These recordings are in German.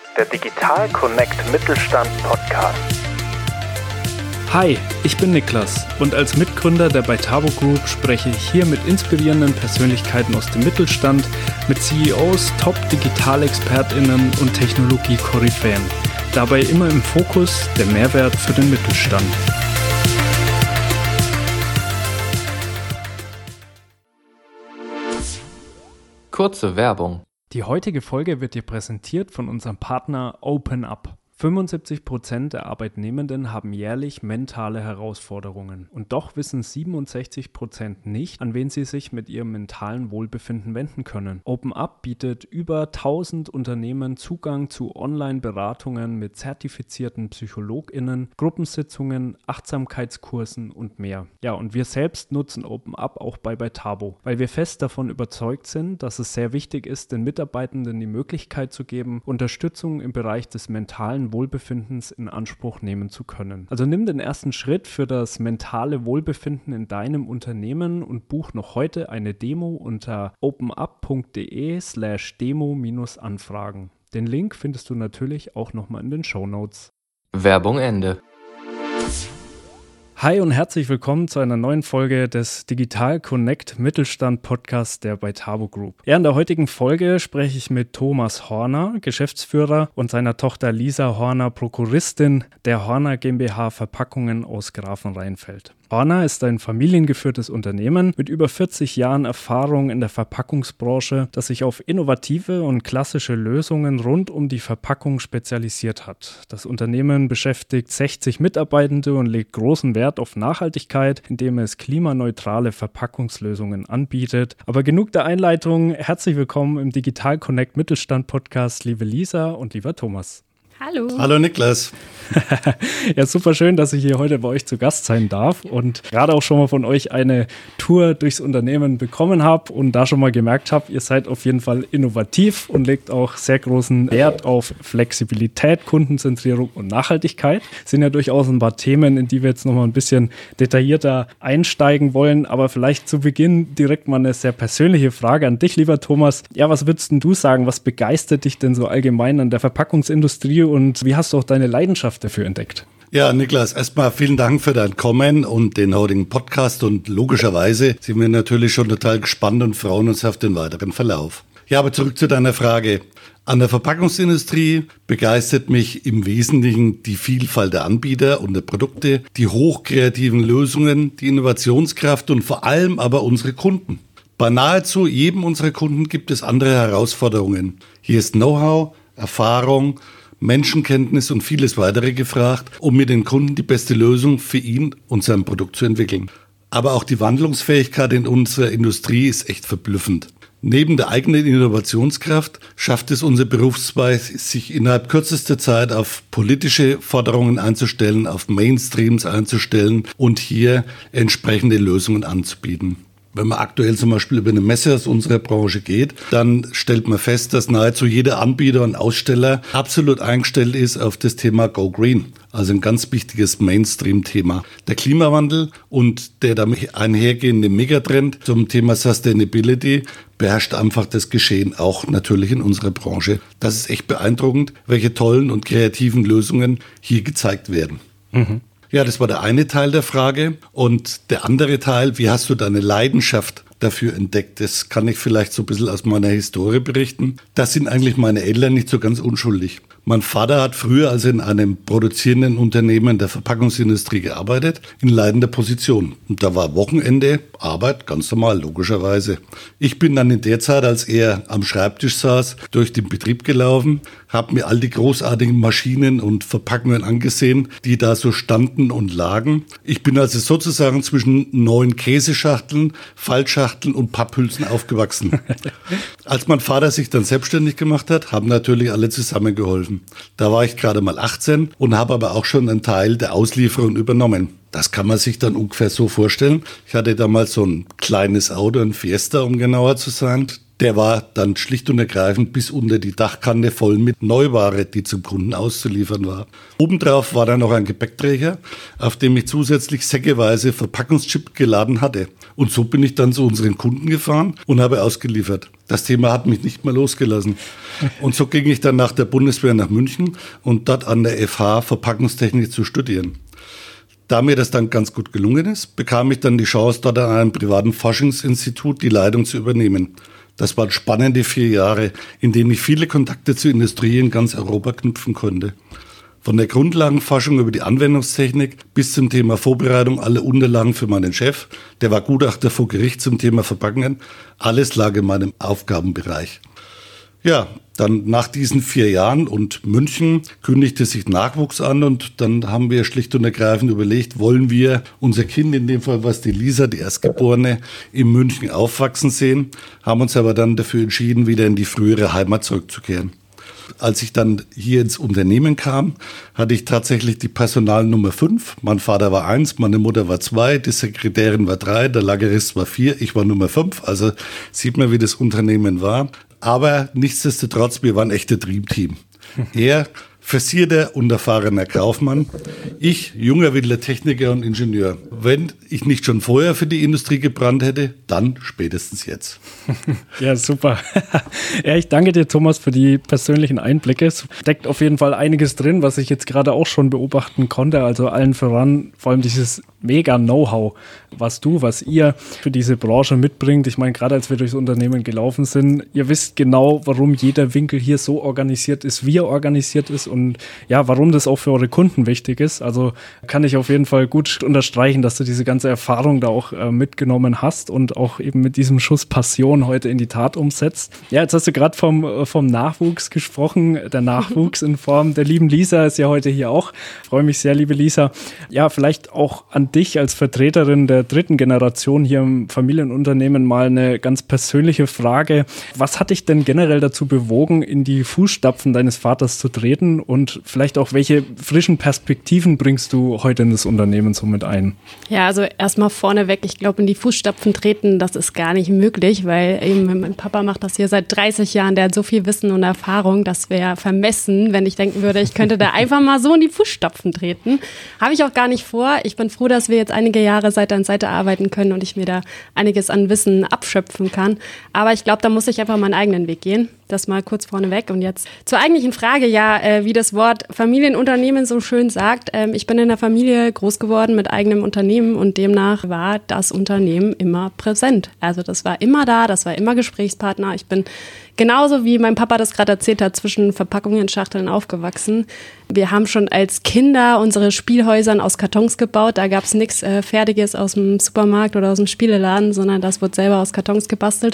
der Digital Connect Mittelstand Podcast. Hi, ich bin Niklas und als Mitgründer der Beitabo Group spreche ich hier mit inspirierenden Persönlichkeiten aus dem Mittelstand, mit CEOs, Top-Digital-ExpertInnen und Technologie-Koryphäen. Dabei immer im Fokus der Mehrwert für den Mittelstand. Kurze Werbung. Die heutige Folge wird dir präsentiert von unserem Partner OpenUp. 75% der Arbeitnehmenden haben jährlich mentale Herausforderungen. Und doch wissen 67% nicht, an wen sie sich mit ihrem mentalen Wohlbefinden wenden können. OpenUp bietet über 1000 Unternehmen Zugang zu Online-Beratungen mit zertifizierten PsychologInnen, Gruppensitzungen, Achtsamkeitskursen und mehr. Ja, und wir selbst nutzen OpenUp auch bei Beitabo, weil wir fest davon überzeugt sind, dass es sehr wichtig ist, den Mitarbeitenden die Möglichkeit zu geben, Unterstützung im Bereich des mentalen Wohlbefindens in Anspruch nehmen zu können. Also nimm den ersten Schritt für das mentale Wohlbefinden in deinem Unternehmen und buch noch heute eine Demo unter openup.de/demo-anfragen. Den Link findest du natürlich auch nochmal in den Shownotes. Werbung Ende. Hi und herzlich willkommen zu einer neuen Folge des Digital Connect Mittelstand Podcasts der Beitabo Group. Ja, in der heutigen Folge spreche ich mit Thomas Horner, Geschäftsführer, und seiner Tochter Lisa Horner, Prokuristin der Horner GmbH Verpackungen aus Grafenrheinfeld. Horner ist ein familiengeführtes Unternehmen mit über 40 Jahren Erfahrung in der Verpackungsbranche, das sich auf innovative und klassische Lösungen rund um die Verpackung spezialisiert hat. Das Unternehmen beschäftigt 60 Mitarbeitende und legt großen Wert auf Nachhaltigkeit, indem es klimaneutrale Verpackungslösungen anbietet. Aber genug der Einleitung. Herzlich willkommen im Digital Connect Mittelstand Podcast, liebe Lisa und lieber Thomas. Hallo. Hallo Niklas. Ja, super schön, dass ich hier heute bei euch zu Gast sein darf und gerade auch schon mal von euch eine Tour durchs Unternehmen bekommen habe und da schon mal gemerkt habe, ihr seid auf jeden Fall innovativ und legt auch sehr großen Wert auf Flexibilität, Kundenzentrierung und Nachhaltigkeit. Das sind ja durchaus ein paar Themen, in die wir jetzt noch mal ein bisschen detaillierter einsteigen wollen, aber vielleicht zu Beginn direkt mal eine sehr persönliche Frage an dich, lieber Thomas. Ja, was würdest denn du sagen, was begeistert dich denn so allgemein an der Verpackungsindustrie und wie hast du auch deine Leidenschaft dafür entdeckt? Ja, Niklas, erstmal vielen Dank für dein Kommen und den heutigen Podcast und logischerweise sind wir natürlich schon total gespannt und freuen uns auf den weiteren Verlauf. Ja, aber zurück zu deiner Frage. An der Verpackungsindustrie begeistert mich im Wesentlichen die Vielfalt der Anbieter und der Produkte, die hochkreativen Lösungen, die Innovationskraft und vor allem aber unsere Kunden. Bei nahezu jedem unserer Kunden gibt es andere Herausforderungen. Hier ist Know-how, Erfahrung, Menschenkenntnis und vieles weitere gefragt, um mit den Kunden die beste Lösung für ihn und sein Produkt zu entwickeln. Aber auch die Wandlungsfähigkeit in unserer Industrie ist echt verblüffend. Neben der eigenen Innovationskraft schafft es unser Berufszweig, sich innerhalb kürzester Zeit auf politische Forderungen einzustellen, auf Mainstreams einzustellen und hier entsprechende Lösungen anzubieten. Wenn man aktuell zum Beispiel über eine Messe aus unserer Branche geht, dann stellt man fest, dass nahezu jeder Anbieter und Aussteller absolut eingestellt ist auf das Thema Go Green. Also ein ganz wichtiges Mainstream-Thema. Der Klimawandel und der damit einhergehende Megatrend zum Thema Sustainability beherrscht einfach das Geschehen, auch natürlich in unserer Branche. Das ist echt beeindruckend, welche tollen und kreativen Lösungen hier gezeigt werden. Mhm. Ja, das war der eine Teil der Frage. Und der andere Teil, wie hast du deine Leidenschaft dafür entdeckt? Das kann ich vielleicht so ein bisschen aus meiner Historie berichten. Das sind eigentlich meine Eltern nicht so ganz unschuldig. Mein Vater hat früher also in einem produzierenden Unternehmen der Verpackungsindustrie gearbeitet, in leitender Position. Und da war Wochenende, Arbeit, ganz normal, logischerweise. Ich bin dann in der Zeit, als er am Schreibtisch saß, durch den Betrieb gelaufen, habe mir all die großartigen Maschinen und Verpackungen angesehen, die da so standen und lagen. Ich bin also sozusagen zwischen 9 Käseschachteln, Faltschachteln und Papphülsen aufgewachsen. Als mein Vater sich dann selbstständig gemacht hat, haben natürlich alle zusammengeholfen. Da war ich gerade mal 18 und habe aber auch schon einen Teil der Auslieferung übernommen. Das kann man sich dann ungefähr so vorstellen. Ich hatte damals so ein kleines Auto, ein Fiesta, um genauer zu sein. Der war dann schlicht und ergreifend bis unter die Dachkante voll mit Neuware, die zum Kunden auszuliefern war. Obendrauf war dann noch ein Gepäckträger, auf dem ich zusätzlich säckeweise Verpackungschip geladen hatte. Und so bin ich dann zu unseren Kunden gefahren und habe ausgeliefert. Das Thema hat mich nicht mehr losgelassen. Und so ging ich dann nach der Bundeswehr nach München und dort an der FH Verpackungstechnik zu studieren. Da mir das dann ganz gut gelungen ist, bekam ich dann die Chance, dort an einem privaten Forschungsinstitut die Leitung zu übernehmen. Das waren spannende 4 Jahre, in denen ich viele Kontakte zu Industrie in ganz Europa knüpfen konnte. Von der Grundlagenforschung über die Anwendungstechnik bis zum Thema Vorbereitung aller Unterlagen für meinen Chef, der war Gutachter vor Gericht zum Thema Verpackungen, alles lag in meinem Aufgabenbereich. Ja, dann nach diesen 4 Jahren und München kündigte sich Nachwuchs an und dann haben wir schlicht und ergreifend überlegt, wollen wir unser Kind, in dem Fall was die Lisa, die Erstgeborene, in München aufwachsen sehen, haben uns aber dann dafür entschieden, wieder in die frühere Heimat zurückzukehren. Als ich dann hier ins Unternehmen kam, hatte ich tatsächlich die Personalnummer 5. Mein Vater war 1, meine Mutter war 2, die Sekretärin war 3, der Lagerist war 4, ich war Nummer 5. Also sieht man, wie das Unternehmen war. Aber nichtsdestotrotz, wir waren ein echter Dreamteam. Er, versierter und erfahrener Kaufmann, ich, junger wilder Techniker und Ingenieur. Wenn ich nicht schon vorher für die Industrie gebrannt hätte, dann spätestens jetzt. Ja, super. Ja, ich danke dir, Thomas, für die persönlichen Einblicke. Es steckt auf jeden Fall einiges drin, was ich jetzt gerade auch schon beobachten konnte. Also allen voran, vor allem dieses mega Know-how, was ihr für diese Branche mitbringt. Ich meine, gerade als wir durchs Unternehmen gelaufen sind, ihr wisst genau, warum jeder Winkel hier so organisiert ist, wie er organisiert ist und ja, warum das auch für eure Kunden wichtig ist. Also kann ich auf jeden Fall gut unterstreichen, dass du diese ganze Erfahrung da auch mitgenommen hast und auch eben mit diesem Schuss Passion heute in die Tat umsetzt. Ja, jetzt hast du gerade vom Nachwuchs gesprochen. Der Nachwuchs in Form der lieben Lisa ist ja heute hier auch. Ich freue mich sehr, liebe Lisa. Ja, vielleicht auch an dich als Vertreterin der 3. Generation hier im Familienunternehmen mal eine ganz persönliche Frage. Was hat dich denn generell dazu bewogen, in die Fußstapfen deines Vaters zu treten und vielleicht auch welche frischen Perspektiven bringst du heute in das Unternehmen so mit ein? Ja, also erstmal vorneweg, ich glaube, in die Fußstapfen treten, das ist gar nicht möglich, weil eben mein Papa macht das hier seit 30 Jahren, der hat so viel Wissen und Erfahrung, das wäre vermessen, wenn ich denken würde, ich könnte da einfach mal so in die Fußstapfen treten. Habe ich auch gar nicht vor. Ich bin froh, dass wir jetzt einige Jahre Seite an Seite arbeiten können und ich mir da einiges an Wissen abschöpfen kann. Aber ich glaube, da muss ich einfach meinen eigenen Weg gehen. Das mal kurz vorneweg. Und jetzt zur eigentlichen Frage, wie das Wort Familienunternehmen so schön sagt. Ich bin in der Familie groß geworden mit eigenem Unternehmen und demnach war das Unternehmen immer präsent. Also das war immer da, das war immer Gesprächspartner. Ich bin genauso wie mein Papa das gerade erzählt hat, zwischen Verpackungen und Schachteln aufgewachsen. Wir haben schon als Kinder unsere Spielhäuser aus Kartons gebaut. Da gab es nichts Fertiges aus dem Supermarkt oder aus dem Spieleladen, sondern das wurde selber aus Kartons gebastelt.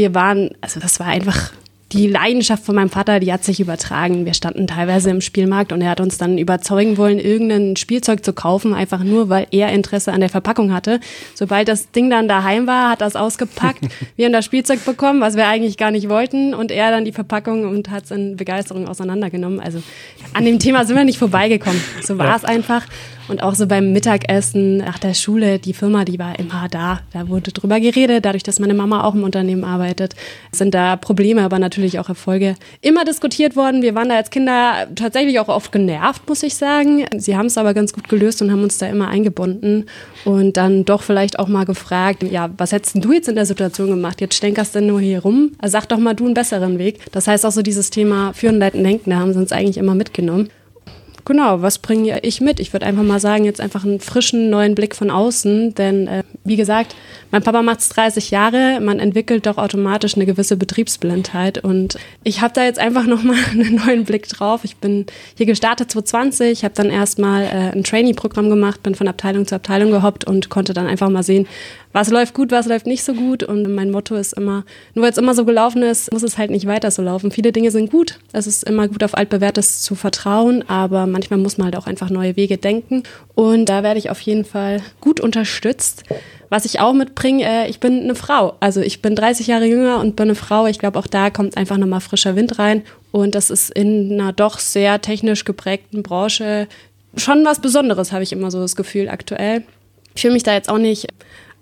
Das war einfach die Leidenschaft von meinem Vater, die hat sich übertragen. Wir standen teilweise im Spielmarkt und er hat uns dann überzeugen wollen, irgendein Spielzeug zu kaufen, einfach nur, weil er Interesse an der Verpackung hatte. Sobald das Ding dann daheim war, hat das ausgepackt. Wir haben das Spielzeug bekommen, was wir eigentlich gar nicht wollten und er dann die Verpackung und hat es in Begeisterung auseinandergenommen. Also an dem Thema sind wir nicht vorbeigekommen. So war es einfach. Und auch so beim Mittagessen nach der Schule, die Firma, die war immer da. Da wurde drüber geredet. Dadurch, dass meine Mama auch im Unternehmen arbeitet, sind da Probleme, aber natürlich auch Erfolge immer diskutiert worden. Wir waren da als Kinder tatsächlich auch oft genervt, muss ich sagen. Sie haben es aber ganz gut gelöst und haben uns da immer eingebunden und dann doch vielleicht auch mal gefragt, ja, was hättest denn du jetzt in der Situation gemacht? Jetzt stänkerst du nur hier rum. Also sag doch mal du einen besseren Weg. Das heißt auch so dieses Thema Führen, Leiten, Denken, da haben sie uns eigentlich immer mitgenommen. Genau, was bringe ich mit? Ich würde einfach mal sagen, jetzt einfach einen frischen, neuen Blick von außen, denn wie gesagt, mein Papa macht es 30 Jahre, man entwickelt doch automatisch eine gewisse Betriebsblindheit und ich habe da jetzt einfach nochmal einen neuen Blick drauf. Ich bin hier gestartet 2020, habe dann erstmal ein Trainee-Programm gemacht, bin von Abteilung zu Abteilung gehoppt und konnte dann einfach mal sehen, was läuft gut, was läuft nicht so gut. Und mein Motto ist immer, nur weil es immer so gelaufen ist, muss es halt nicht weiter so laufen. Viele Dinge sind gut. Es ist immer gut, auf Altbewährtes zu vertrauen, aber manchmal muss man halt auch einfach neue Wege denken. Und da werde ich auf jeden Fall gut unterstützt. Was ich auch mitbringe, ich bin eine Frau. Also ich bin 30 Jahre jünger und bin eine Frau. Ich glaube, auch da kommt einfach nochmal frischer Wind rein. Und das ist in einer doch sehr technisch geprägten Branche schon was Besonderes, habe ich immer so das Gefühl aktuell. Ich fühle mich da jetzt auch nicht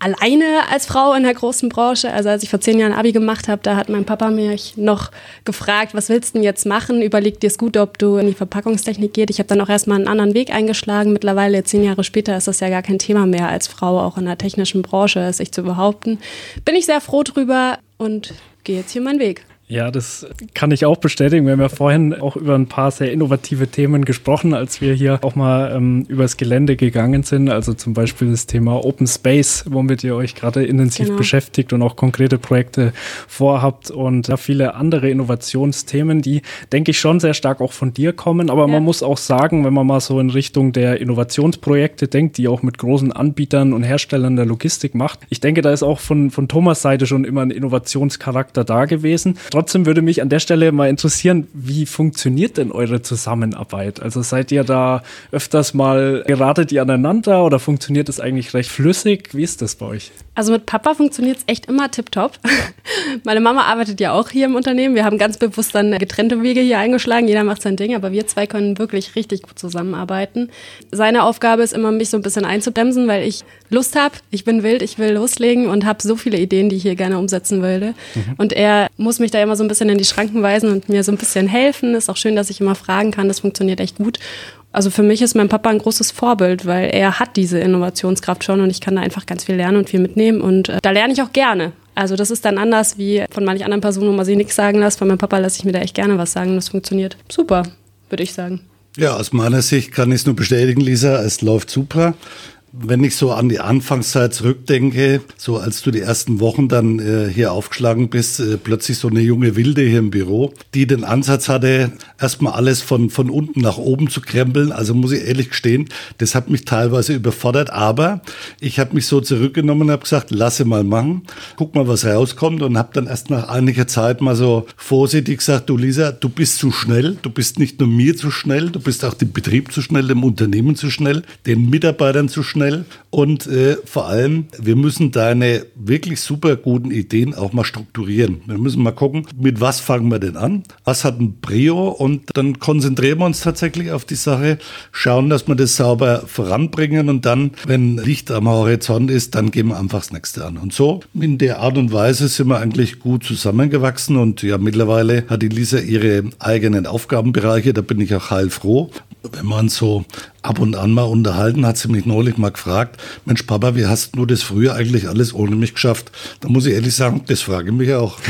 alleine als Frau in der großen Branche. Also als ich vor 10 Jahren Abi gemacht habe, da hat mein Papa mich noch gefragt, was willst du denn jetzt machen? Überleg dir es gut, ob du in die Verpackungstechnik gehst. Ich habe dann auch erstmal einen anderen Weg eingeschlagen. Mittlerweile, 10 Jahre später, ist das ja gar kein Thema mehr als Frau, auch in der technischen Branche, sich zu behaupten. Bin ich sehr froh drüber und gehe jetzt hier meinen Weg. Ja, das kann ich auch bestätigen. Wir haben ja vorhin auch über ein paar sehr innovative Themen gesprochen, als wir hier auch mal übers Gelände gegangen sind. Also zum Beispiel das Thema Open Space, womit ihr euch gerade intensiv beschäftigt und auch konkrete Projekte vorhabt und ja, viele andere Innovationsthemen, die, denke ich, schon sehr stark auch von dir kommen. Aber man muss auch sagen, wenn man mal so in Richtung der Innovationsprojekte denkt, die auch mit großen Anbietern und Herstellern der Logistik macht, ich denke, da ist auch von Thomas' Seite schon immer ein Innovationscharakter da gewesen. Trotzdem würde mich an der Stelle mal interessieren, wie funktioniert denn eure Zusammenarbeit? Also seid ihr da öfters mal, geratet ihr aneinander oder funktioniert das eigentlich recht flüssig? Wie ist das bei euch? Also mit Papa funktioniert es echt immer tipptopp. Meine Mama arbeitet ja auch hier im Unternehmen. Wir haben ganz bewusst dann getrennte Wege hier eingeschlagen. Jeder macht sein Ding, aber wir zwei können wirklich richtig gut zusammenarbeiten. Seine Aufgabe ist immer, mich so ein bisschen einzubremsen, weil ich Lust habe. Ich bin wild, ich will loslegen und habe so viele Ideen, die ich hier gerne umsetzen würde. Und er muss mich da immer so ein bisschen in die Schranken weisen und mir so ein bisschen helfen. Ist auch schön, dass ich immer fragen kann. Das funktioniert echt gut. Also für mich ist mein Papa ein großes Vorbild, weil er hat diese Innovationskraft schon und ich kann da einfach ganz viel lernen und viel mitnehmen und da lerne ich auch gerne. Also das ist dann anders wie von manchen anderen Personen, wo man sich nichts sagen lässt. Von meinem Papa lasse ich mir da echt gerne was sagen. Das funktioniert super, würde ich sagen. Ja, aus meiner Sicht kann ich es nur bestätigen, Lisa, es läuft super. Wenn ich so an die Anfangszeit zurückdenke, so als du die ersten Wochen dann hier aufgeschlagen bist, plötzlich so eine junge Wilde hier im Büro, die den Ansatz hatte, erstmal alles von unten nach oben zu krempeln. Also muss ich ehrlich gestehen, das hat mich teilweise überfordert, aber ich habe mich so zurückgenommen und habe gesagt, lasse mal machen, guck mal, was rauskommt und habe dann erst nach einiger Zeit mal so vorsichtig gesagt, du Lisa, du bist zu schnell, du bist nicht nur mir zu schnell, du bist auch dem Betrieb zu schnell, dem Unternehmen zu schnell, den Mitarbeitern zu schnell. Und vor allem, wir müssen deine wirklich super guten Ideen auch mal strukturieren. Wir müssen mal gucken, mit was fangen wir denn an? Was hat ein Prio? Und dann konzentrieren wir uns tatsächlich auf die Sache, schauen, dass wir das sauber voranbringen und dann, wenn Licht am Horizont ist, dann gehen wir einfach das nächste an. Und so, in der Art und Weise sind wir eigentlich gut zusammengewachsen und ja, mittlerweile hat die Lisa ihre eigenen Aufgabenbereiche, da bin ich auch heilfroh. Wenn man so ab und an mal unterhalten, hat sie mich neulich mal gefragt, Mensch Papa, wie hast du das früher eigentlich alles ohne mich geschafft? Da muss ich ehrlich sagen, das frage ich mich auch.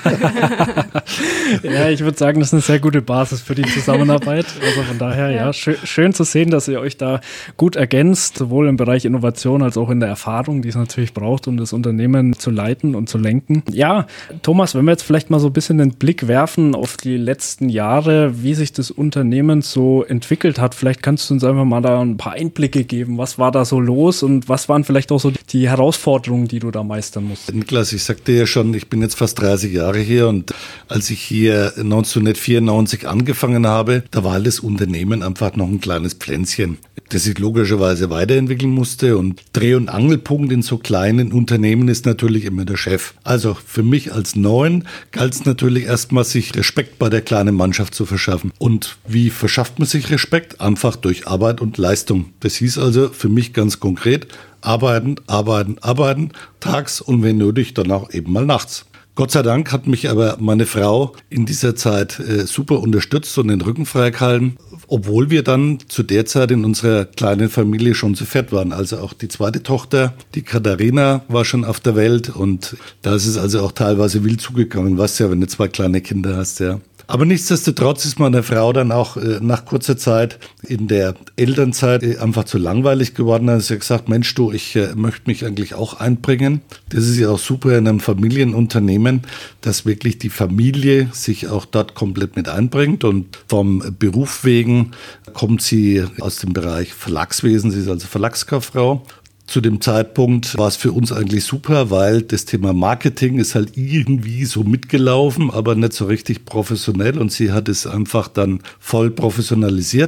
Ja, ich würde sagen, das ist eine sehr gute Basis für die Zusammenarbeit. Also von daher, ja, schön zu sehen, dass ihr euch da gut ergänzt, sowohl im Bereich Innovation als auch in der Erfahrung, die es natürlich braucht, um das Unternehmen zu leiten und zu lenken. Ja, Thomas, wenn wir jetzt vielleicht mal so ein bisschen den Blick werfen auf die letzten Jahre, wie sich das Unternehmen so entwickelt hat, vielleicht kannst du uns einfach mal da ein paar Einblicke geben. Was war da so los und was waren vielleicht auch so die Herausforderungen, die du da meistern musst? Niklas, ich sagte ja schon, ich bin jetzt fast 30 Jahre hier und als ich hier 1994 angefangen habe, da war das Unternehmen einfach noch ein kleines Pflänzchen, das sich logischerweise weiterentwickeln musste und Dreh- und Angelpunkt in so kleinen Unternehmen ist natürlich immer der Chef. Also für mich als Neuen galt es natürlich erstmal, sich Respekt bei der kleinen Mannschaft zu verschaffen. Und wie verschafft man sich Respekt? Einfach durch Arbeit und Leistung. Das hieß also für mich ganz konkret, arbeiten, tags und wenn nötig, dann auch eben mal nachts. Gott sei Dank hat mich aber meine Frau in dieser Zeit super unterstützt und den Rücken frei gehalten, obwohl wir dann zu der Zeit in unserer kleinen Familie schon zu fett waren. Also auch die zweite Tochter, die Katharina, war schon auf der Welt und da ist es also auch teilweise wild zugegangen. Weißt ja, wenn du 2 kleine Kinder hast, ja. Aber nichtsdestotrotz ist meine Frau dann auch nach kurzer Zeit in der Elternzeit einfach zu langweilig geworden. Da hat sie gesagt, Mensch du, ich möchte mich eigentlich auch einbringen. Das ist ja auch super in einem Familienunternehmen, dass wirklich die Familie sich auch dort komplett mit einbringt. Und vom Beruf wegen kommt sie aus dem Bereich Verlagswesen. Sie ist also Verlagskauffrau. Zu dem Zeitpunkt war es für uns eigentlich super, weil das Thema Marketing ist halt irgendwie so mitgelaufen, aber nicht so richtig professionell und sie hat es einfach dann voll professionalisiert.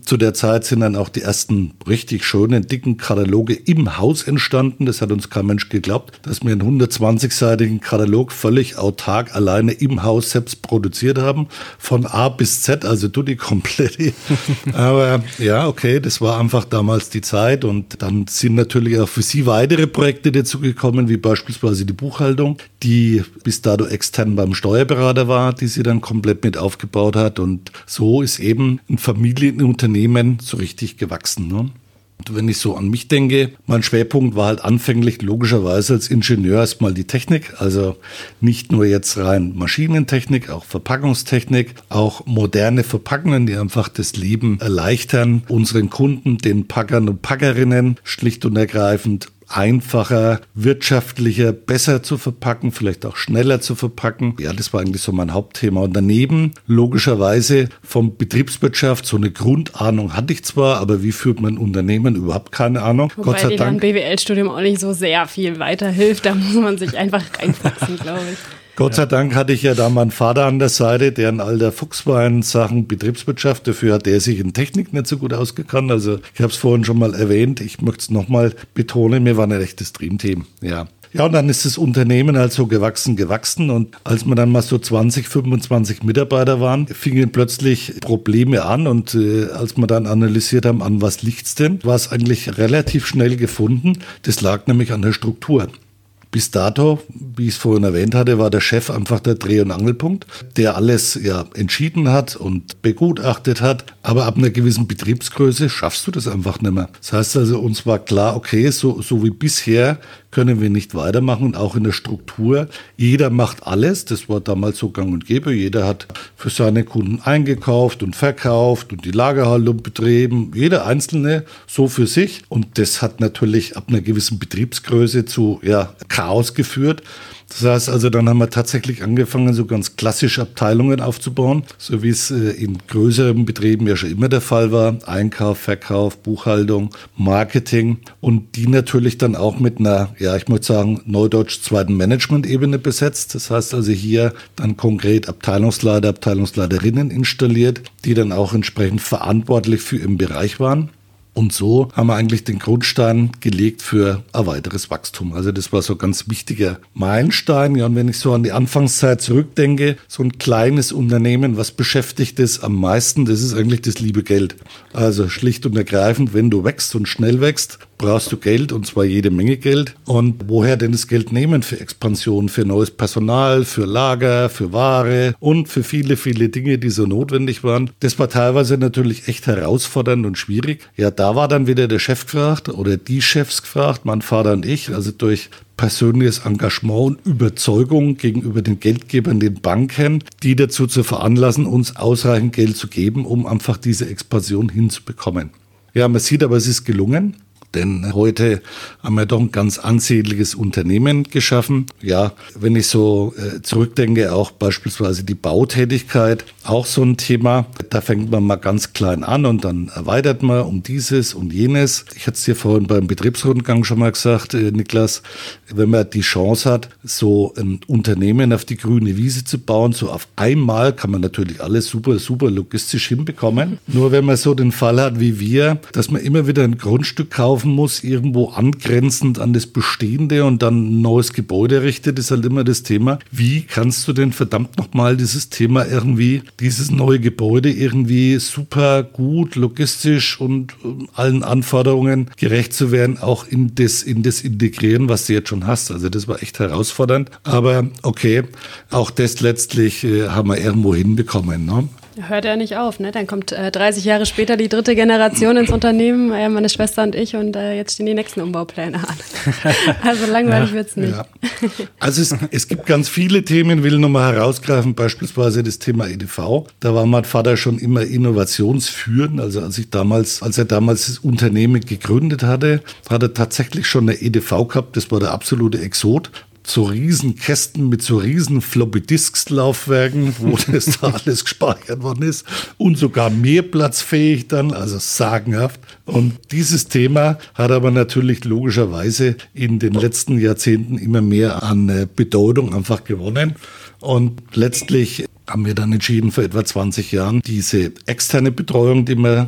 Zu der Zeit sind dann auch die ersten richtig schönen, dicken Kataloge im Haus entstanden. Das hat uns kein Mensch geglaubt, dass wir einen 120-seitigen Katalog völlig autark alleine im Haus selbst produziert haben. Von A bis Z, also tutti komplett. Aber ja, okay, das war einfach damals die Zeit. Und dann sind natürlich auch für Sie weitere Projekte dazu gekommen, wie beispielsweise die Buchhaltung, die bis dato extern beim Steuerberater war, die sie dann komplett mit aufgebaut hat. Und so ist eben ein Familienunternehmen so richtig gewachsen. Ne? Und wenn ich so an mich denke, mein Schwerpunkt war halt anfänglich logischerweise als Ingenieur erstmal die Technik, also nicht nur jetzt rein Maschinentechnik, auch Verpackungstechnik, auch moderne Verpackungen, die einfach das Leben erleichtern, unseren Kunden, den Packern und Packerinnen schlicht und ergreifend einfacher, wirtschaftlicher, besser zu verpacken, vielleicht auch schneller zu verpacken. Ja, das war eigentlich so mein Hauptthema. Und daneben, logischerweise, vom Betriebswirtschaft, so eine Grundahnung hatte ich zwar, aber wie führt man Unternehmen? Überhaupt keine Ahnung. Wobei Gott sei Dank. Wobei dir ein BWL-Studium auch nicht so sehr viel weiterhilft. Da muss man sich einfach reinfuchsen, glaube ich. Gott sei Dank hatte ich ja da meinen Vater an der Seite, der ein alter Fuchs war in Sachen Betriebswirtschaft. Dafür hat er sich in Technik nicht so gut ausgekannt. Also ich habe es vorhin schon mal erwähnt. Ich möchte es nochmal betonen, mir war ein echtes Dreamteam. Ja, und dann ist das Unternehmen halt so gewachsen. Und als wir dann mal so 20, 25 Mitarbeiter waren, fingen plötzlich Probleme an. Und als wir dann analysiert haben, an was liegt's denn, war es eigentlich relativ schnell gefunden. Das lag nämlich an der Struktur. Bis dato, wie ich es vorhin erwähnt hatte, war der Chef einfach der Dreh- und Angelpunkt, der alles ja entschieden hat und begutachtet hat. Aber ab einer gewissen Betriebsgröße schaffst du das einfach nicht mehr. Das heißt also, uns war klar, okay, so wie bisher können wir nicht weitermachen, und auch in der Struktur. Jeder macht alles, das war damals so gang und gäbe. Jeder hat für seine Kunden eingekauft und verkauft und die Lagerhaltung betrieben. Jeder Einzelne so für sich. Und das hat natürlich ab einer gewissen Betriebsgröße zu Chaos geführt. Das heißt also, dann haben wir tatsächlich angefangen, so ganz klassische Abteilungen aufzubauen, so wie es in größeren Betrieben ja schon immer der Fall war. Einkauf, Verkauf, Buchhaltung, Marketing, und die natürlich dann auch mit einer, ich möchte sagen, neudeutsch zweiten Management-Ebene besetzt. Das heißt also hier dann konkret Abteilungsleiter, Abteilungsleiterinnen installiert, die dann auch entsprechend verantwortlich für ihren Bereich waren. Und so haben wir eigentlich den Grundstein gelegt für ein weiteres Wachstum. Also das war so ein ganz wichtiger Meilenstein. Ja, und wenn ich so an die Anfangszeit zurückdenke, so ein kleines Unternehmen, was beschäftigt es am meisten? Das ist eigentlich das liebe Geld. Also schlicht und ergreifend, wenn du wächst und schnell wächst, brauchst du Geld, und zwar jede Menge Geld. Und woher denn das Geld nehmen für Expansion, für neues Personal, für Lager, für Ware und für viele, viele Dinge, die so notwendig waren? Das war teilweise natürlich echt herausfordernd und schwierig. Ja, da war dann wieder der Chef gefragt oder die Chefs gefragt, mein Vater und ich, also durch persönliches Engagement und Überzeugung gegenüber den Geldgebern, den Banken, die dazu zu veranlassen, uns ausreichend Geld zu geben, um einfach diese Expansion hinzubekommen. Ja, man sieht aber, es ist gelungen. Denn heute haben wir doch ein ganz ansehnliches Unternehmen geschaffen. Ja, wenn ich so zurückdenke, auch beispielsweise die Bautätigkeit, auch so ein Thema. Da fängt man mal ganz klein an und dann erweitert man um dieses und jenes. Ich hatte es dir vorhin beim Betriebsrundgang schon mal gesagt, Niklas, wenn man die Chance hat, so ein Unternehmen auf die grüne Wiese zu bauen, so auf einmal kann man natürlich alles super, super logistisch hinbekommen. Nur wenn man so den Fall hat wie wir, dass man immer wieder ein Grundstück kaufen muss, irgendwo angrenzend an das Bestehende und dann ein neues Gebäude errichtet, ist halt immer das Thema. Wie kannst du denn verdammt nochmal dieses Thema irgendwie, dieses neue Gebäude irgendwie super gut, logistisch und allen Anforderungen gerecht zu werden, auch in das integrieren, was du jetzt schon hast. Also das war echt herausfordernd. Aber okay, auch das letztlich haben wir irgendwo hinbekommen, ne? Hört ja nicht auf, ne? Dann kommt 30 Jahre später die dritte Generation ins Unternehmen, meine Schwester und ich, und jetzt stehen die nächsten Umbaupläne an. Also langweilig wird's nicht. Ja. Also es gibt ganz viele Themen, will nochmal herausgreifen, beispielsweise das Thema EDV. Da war mein Vater schon immer innovationsführend. Also als er damals das Unternehmen gegründet hatte, hat er tatsächlich schon eine EDV gehabt. Das war der absolute Exot. So riesen Kästen mit so riesen Floppy-Disks-Laufwerken, wo das da alles gespeichert worden ist und sogar mehrplatzfähig dann, also sagenhaft. Und dieses Thema hat aber natürlich logischerweise in den letzten Jahrzehnten immer mehr an Bedeutung einfach gewonnen. Und letztlich haben wir dann entschieden, vor etwa 20 Jahren diese externe Betreuung, die wir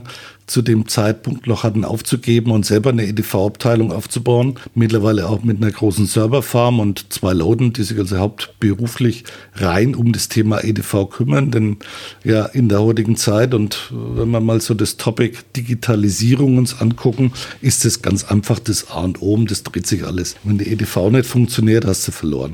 zu dem Zeitpunkt noch hatten aufzugeben und selber eine EDV-Abteilung aufzubauen. Mittlerweile auch mit einer großen Serverfarm und 2 Leuten, die sich also hauptberuflich rein um das Thema EDV kümmern. Denn ja, in der heutigen Zeit und wenn wir mal so das Topic Digitalisierung uns angucken, ist das ganz einfach das A und O, das dreht sich alles. Wenn die EDV nicht funktioniert, hast du verloren.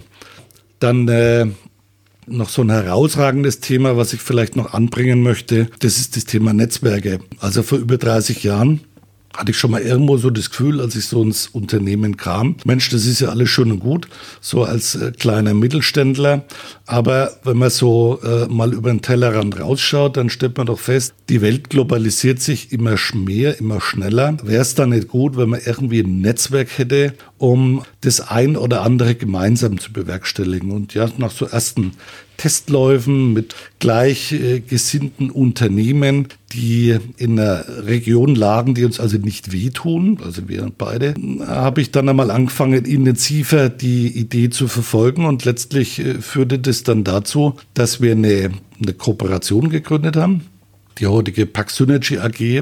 Dann noch so ein herausragendes Thema, was ich vielleicht noch anbringen möchte, das ist das Thema Netzwerke. Also vor über 30 Jahren hatte ich schon mal irgendwo so das Gefühl, als ich so ins Unternehmen kam, Mensch, das ist ja alles schön und gut, so als kleiner Mittelständler. Aber wenn man so mal über den Tellerrand rausschaut, dann stellt man doch fest, die Welt globalisiert sich immer mehr, immer schneller. Wäre es dann nicht gut, wenn man irgendwie ein Netzwerk hätte, um das ein oder andere gemeinsam zu bewerkstelligen? Und ja, nach so ersten Testläufen mit gleichgesinnten Unternehmen, die in einer Region lagen, die uns also nicht wehtun, also wir beide, habe ich dann einmal angefangen, intensiver die Idee zu verfolgen und letztlich führte das dann dazu, dass wir eine Kooperation gegründet haben. Die heutige Pack-Synergy AG,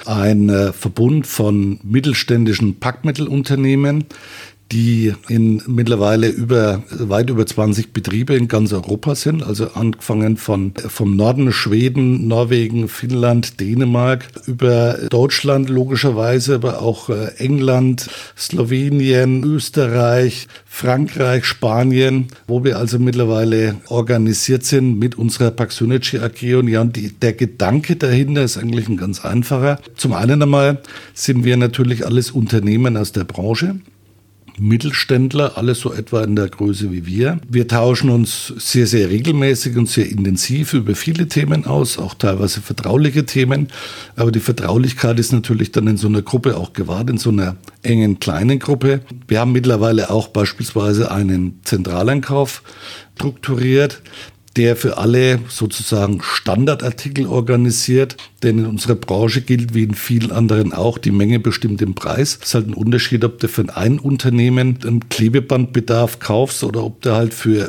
ein Verbund von mittelständischen Packmittelunternehmen, die in mittlerweile weit über 20 Betriebe in ganz Europa sind, also angefangen vom Norden, Schweden, Norwegen, Finnland, Dänemark, über Deutschland logischerweise, aber auch England, Slowenien, Österreich, Frankreich, Spanien, wo wir also mittlerweile organisiert sind mit unserer Pack-Synergy AG. Und ja, der Gedanke dahinter ist eigentlich ein ganz einfacher. Zum einen einmal sind wir natürlich alles Unternehmen aus der Branche. Mittelständler, alles so etwa in der Größe wie wir. Wir tauschen uns sehr, sehr regelmäßig und sehr intensiv über viele Themen aus, auch teilweise vertrauliche Themen. Aber die Vertraulichkeit ist natürlich dann in so einer Gruppe auch gewahrt, in so einer engen, kleinen Gruppe. Wir haben mittlerweile auch beispielsweise einen Zentraleinkauf strukturiert, der für alle sozusagen Standardartikel organisiert. Denn in unserer Branche gilt, wie in vielen anderen auch, die Menge bestimmt den Preis. Es ist halt ein Unterschied, ob du für ein Unternehmen einen Klebebandbedarf kaufst oder ob du halt für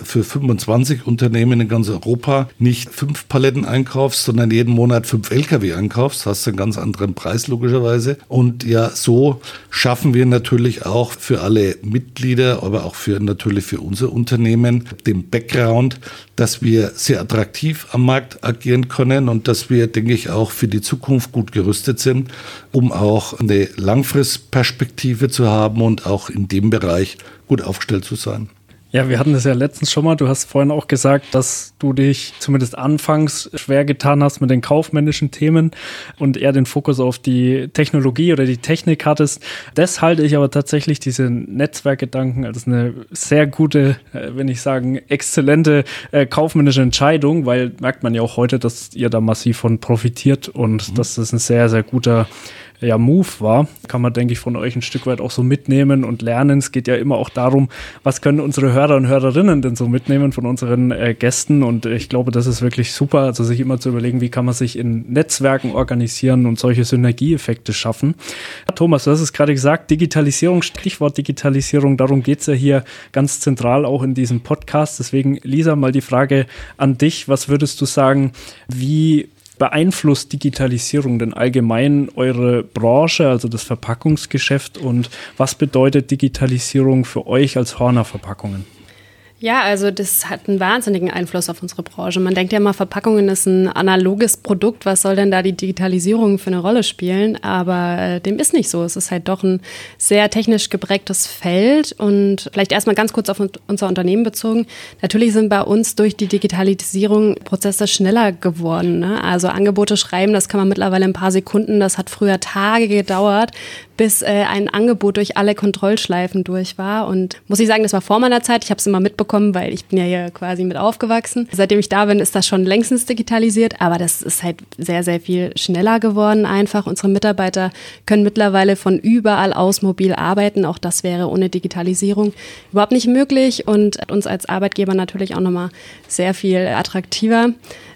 25 Unternehmen in ganz Europa nicht 5 Paletten einkaufst, sondern jeden Monat 5 LKW einkaufst. Hast du einen ganz anderen Preis logischerweise. Und ja, so schaffen wir natürlich auch für alle Mitglieder, aber auch natürlich für unser Unternehmen den Background, dass wir sehr attraktiv am Markt agieren können und dass wir, denke ich, auch für die Zukunft gut gerüstet sind, um auch eine Langfristperspektive zu haben und auch in dem Bereich gut aufgestellt zu sein. Ja, wir hatten das ja letztens schon mal. Du hast vorhin auch gesagt, dass du dich zumindest anfangs schwer getan hast mit den kaufmännischen Themen und eher den Fokus auf die Technologie oder die Technik hattest. Das halte ich aber tatsächlich, diese Netzwerkgedanken, als eine sehr gute, wenn ich sagen, exzellente kaufmännische Entscheidung, weil merkt man ja auch heute, dass ihr da massiv von profitiert und dass das ein sehr, sehr guter Move war, kann man, denke ich, von euch ein Stück weit auch so mitnehmen und lernen. Es geht ja immer auch darum, was können unsere Hörer und Hörerinnen denn so mitnehmen von unseren Gästen, und ich glaube, das ist wirklich super, also sich immer zu überlegen, wie kann man sich in Netzwerken organisieren und solche Synergieeffekte schaffen. Thomas, du hast es gerade gesagt, Digitalisierung, Stichwort Digitalisierung, darum geht es ja hier ganz zentral auch in diesem Podcast. Deswegen, Lisa, mal die Frage an dich, was würdest du sagen, wie beeinflusst Digitalisierung denn allgemein eure Branche, also das Verpackungsgeschäft, und was bedeutet Digitalisierung für euch als Horner Verpackungen? Ja, also das hat einen wahnsinnigen Einfluss auf unsere Branche. Man denkt ja immer, Verpackungen ist ein analoges Produkt. Was soll denn da die Digitalisierung für eine Rolle spielen? Aber dem ist nicht so. Es ist halt doch ein sehr technisch geprägtes Feld. Und vielleicht erstmal ganz kurz auf unser Unternehmen bezogen. Natürlich sind bei uns durch die Digitalisierung Prozesse schneller geworden, ne? Also Angebote schreiben, das kann man mittlerweile in ein paar Sekunden. Das hat früher Tage gedauert, bis ein Angebot durch alle Kontrollschleifen durch war. Und muss ich sagen, das war vor meiner Zeit. Ich habe es immer mitbekommen, weil ich bin ja hier quasi mit aufgewachsen. Seitdem ich da bin, ist das schon längstens digitalisiert. Aber das ist halt sehr, sehr viel schneller geworden einfach. Unsere Mitarbeiter können mittlerweile von überall aus mobil arbeiten. Auch das wäre ohne Digitalisierung überhaupt nicht möglich und uns als Arbeitgeber natürlich auch nochmal sehr viel attraktiver.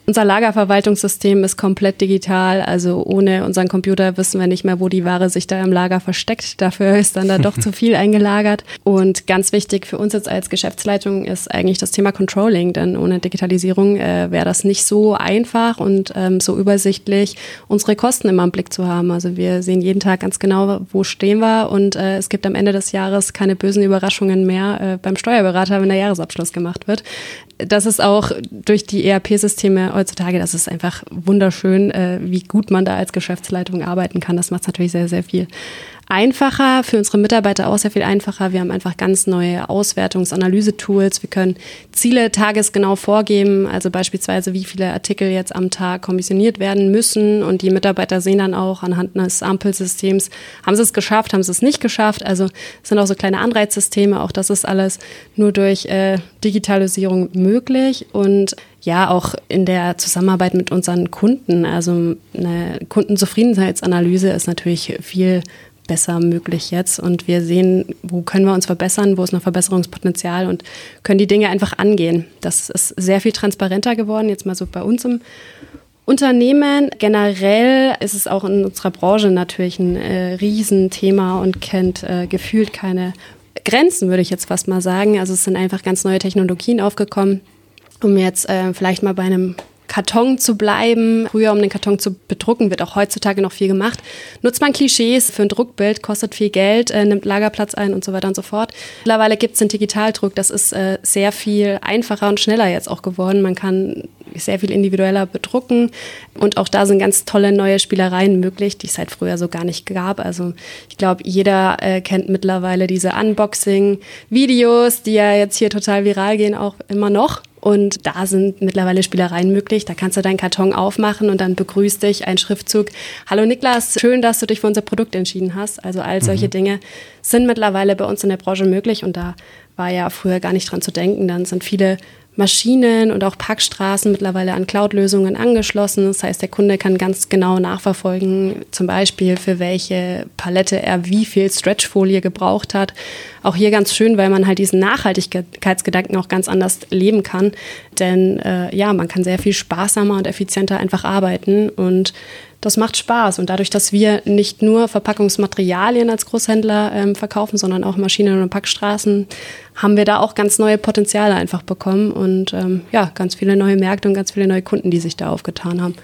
Unser Lagerverwaltungssystem ist komplett digital, also ohne unseren Computer wissen wir nicht mehr, wo die Ware sich da im Lager versteckt. Dafür ist dann da doch zu viel eingelagert. Und ganz wichtig für uns jetzt als Geschäftsleitung ist eigentlich das Thema Controlling, denn ohne Digitalisierung wäre das nicht so einfach und so übersichtlich, unsere Kosten immer im Blick zu haben. Also wir sehen jeden Tag ganz genau, wo stehen wir und es gibt am Ende des Jahres keine bösen Überraschungen mehr beim Steuerberater, wenn der Jahresabschluss gemacht wird. Das ist auch durch die ERP-Systeme heutzutage, das ist einfach wunderschön, wie gut man da als Geschäftsleitung arbeiten kann. Das macht es natürlich sehr, sehr viel einfacher, für unsere Mitarbeiter auch sehr viel einfacher. Wir haben einfach ganz neue Auswertungs-Analyse-Tools. Wir können Ziele tagesgenau vorgeben, also beispielsweise, wie viele Artikel jetzt am Tag kommissioniert werden müssen. Und die Mitarbeiter sehen dann auch anhand eines Ampelsystems, haben sie es geschafft, haben sie es nicht geschafft. Also es sind auch so kleine Anreizsysteme. Auch das ist alles nur durch Digitalisierung möglich. Und ja, auch in der Zusammenarbeit mit unseren Kunden. Also eine Kundenzufriedenheitsanalyse ist natürlich viel besser möglich jetzt und wir sehen, wo können wir uns verbessern, wo ist noch Verbesserungspotenzial und können die Dinge einfach angehen. Das ist sehr viel transparenter geworden, jetzt mal so bei uns im Unternehmen. Generell ist es auch in unserer Branche natürlich ein Riesenthema und kennt gefühlt keine Grenzen, würde ich jetzt fast mal sagen. Also es sind einfach ganz neue Technologien aufgekommen, um jetzt vielleicht mal bei einem Karton zu bleiben. Früher, um den Karton zu bedrucken, wird auch heutzutage noch viel gemacht. Nutzt man Klischees für ein Druckbild, kostet viel Geld, nimmt Lagerplatz ein und so weiter und so fort. Mittlerweile gibt es den Digitaldruck. Das ist sehr viel einfacher und schneller jetzt auch geworden. Man kann sehr viel individueller bedrucken und auch da sind ganz tolle neue Spielereien möglich, die es halt früher so gar nicht gab. Also ich glaube, jeder kennt mittlerweile diese Unboxing-Videos, die ja jetzt hier total viral gehen, auch immer noch. Und da sind mittlerweile Spielereien möglich. Da kannst du deinen Karton aufmachen und dann begrüßt dich ein Schriftzug. Hallo Niklas, schön, dass du dich für unser Produkt entschieden hast. Also all solche Dinge sind mittlerweile bei uns in der Branche möglich. Und da war ja früher gar nicht dran zu denken. Dann sind viele Maschinen und auch Packstraßen mittlerweile an Cloud-Lösungen angeschlossen. Das heißt, der Kunde kann ganz genau nachverfolgen, zum Beispiel für welche Palette er wie viel Stretchfolie gebraucht hat. Auch hier ganz schön, weil man halt diesen Nachhaltigkeitsgedanken auch ganz anders leben kann. Denn man kann sehr viel sparsamer und effizienter einfach arbeiten und das macht Spaß. Und dadurch, dass wir nicht nur Verpackungsmaterialien als Großhändler verkaufen, sondern auch Maschinen und Packstraßen, haben wir da auch ganz neue Potenziale einfach bekommen und ganz viele neue Märkte und ganz viele neue Kunden, die sich da aufgetan haben.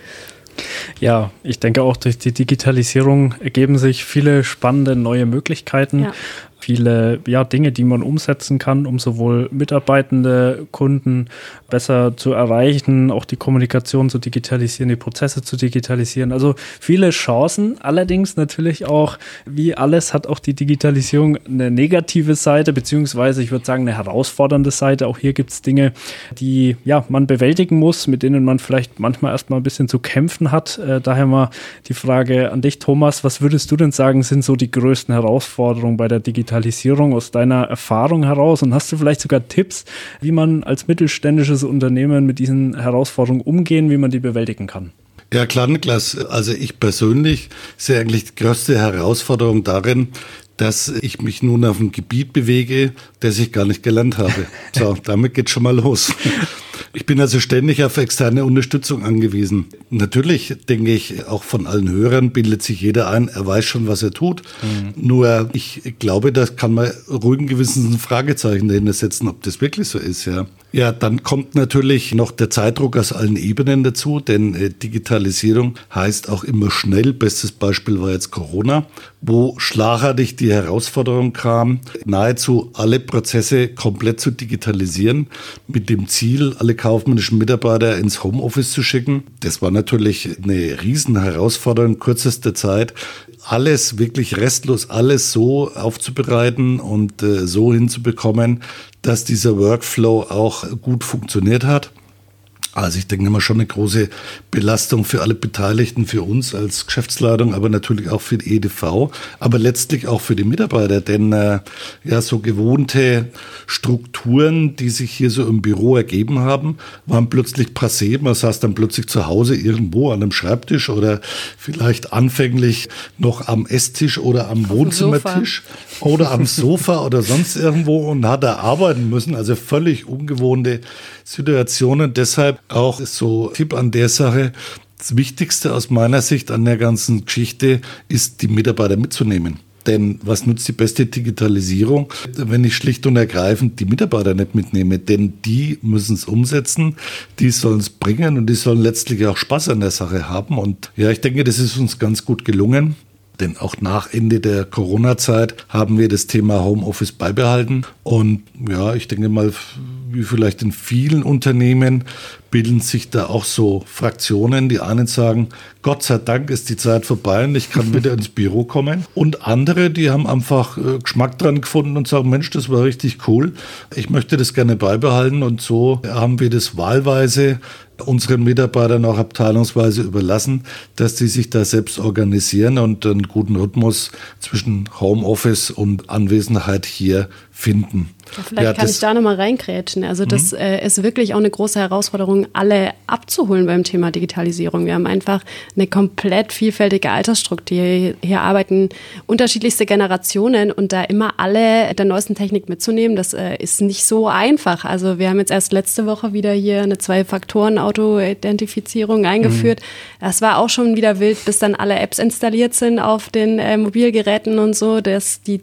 Ja, ich denke auch durch die Digitalisierung ergeben sich viele spannende neue Möglichkeiten. Ja. Viele Dinge, die man umsetzen kann, um sowohl mitarbeitende Kunden besser zu erreichen, auch die Kommunikation zu digitalisieren, die Prozesse zu digitalisieren. Also viele Chancen. Allerdings natürlich auch, wie alles, hat auch die Digitalisierung eine negative Seite, beziehungsweise ich würde sagen eine herausfordernde Seite. Auch hier gibt es Dinge, die man bewältigen muss, mit denen man vielleicht manchmal erstmal ein bisschen zu kämpfen hat. Daher mal die Frage an dich, Thomas, was würdest du denn sagen, sind so die größten Herausforderungen bei der Digitalisierung aus deiner Erfahrung heraus? Und hast du vielleicht sogar Tipps, wie man als mittelständisches Unternehmen mit diesen Herausforderungen umgehen, wie man die bewältigen kann? Ja klar, Niklas. Also ich persönlich sehe eigentlich die größte Herausforderung darin, dass ich mich nun auf ein Gebiet bewege, das ich gar nicht gelernt habe. So, damit geht's schon mal los. Ich bin also ständig auf externe Unterstützung angewiesen. Natürlich denke ich, auch von allen Hörern bildet sich jeder ein, er weiß schon, was er tut. Nur ich glaube, da kann man ruhigen Gewissens ein Fragezeichen dahinter setzen, ob das wirklich so ist. Ja, dann kommt natürlich noch der Zeitdruck aus allen Ebenen dazu, denn Digitalisierung heißt auch immer schnell. Bestes Beispiel war jetzt Corona, wo schlagartig die Herausforderung kam, nahezu alle Prozesse komplett zu digitalisieren, mit dem Ziel, alle kaufmännischen Mitarbeiter ins Homeoffice zu schicken. Das war natürlich eine riesen Herausforderung in kürzester Zeit. Alles wirklich restlos, alles so aufzubereiten und so hinzubekommen, dass dieser Workflow auch gut funktioniert hat. Also ich denke immer schon eine große Belastung für alle Beteiligten, für uns als Geschäftsleitung, aber natürlich auch für die EDV, aber letztlich auch für die Mitarbeiter, denn so gewohnte Strukturen, die sich hier so im Büro ergeben haben, waren plötzlich passé. Man saß dann plötzlich zu Hause irgendwo an einem Schreibtisch oder vielleicht anfänglich noch am Esstisch oder am Wohnzimmertisch oder am Sofa oder sonst irgendwo und hat da arbeiten müssen. Also völlig ungewohnte Situationen. Deshalb auch so Tipp an der Sache. Das Wichtigste aus meiner Sicht an der ganzen Geschichte ist, die Mitarbeiter mitzunehmen. Denn was nutzt die beste Digitalisierung, wenn ich schlicht und ergreifend die Mitarbeiter nicht mitnehme? Denn die müssen es umsetzen, die sollen es bringen und die sollen letztlich auch Spaß an der Sache haben. Und ja, ich denke, das ist uns ganz gut gelungen. Denn auch nach Ende der Corona-Zeit haben wir das Thema Homeoffice beibehalten. Und ja, ich denke mal, wie vielleicht in vielen Unternehmen bilden sich da auch so Fraktionen. Die einen sagen, Gott sei Dank ist die Zeit vorbei und ich kann wieder ins Büro kommen. Und andere, die haben einfach Geschmack dran gefunden und sagen, Mensch, das war richtig cool. Ich möchte das gerne beibehalten. Und so haben wir das wahlweise unseren Mitarbeitern auch abteilungsweise überlassen, dass die sich da selbst organisieren und einen guten Rhythmus zwischen Homeoffice und Anwesenheit hier finden. Ja, vielleicht kann ich da nochmal reingrätschen. Also das ist wirklich auch eine große Herausforderung, alle abzuholen beim Thema Digitalisierung. Wir haben einfach eine komplett vielfältige Altersstruktur. Hier arbeiten unterschiedlichste Generationen und da immer alle der neuesten Technik mitzunehmen, das ist nicht so einfach. Also wir haben jetzt erst letzte Woche wieder hier eine 2-Faktoren-Auto-Identifizierung eingeführt. Das war auch schon wieder wild, bis dann alle Apps installiert sind auf den Mobilgeräten und so, dass die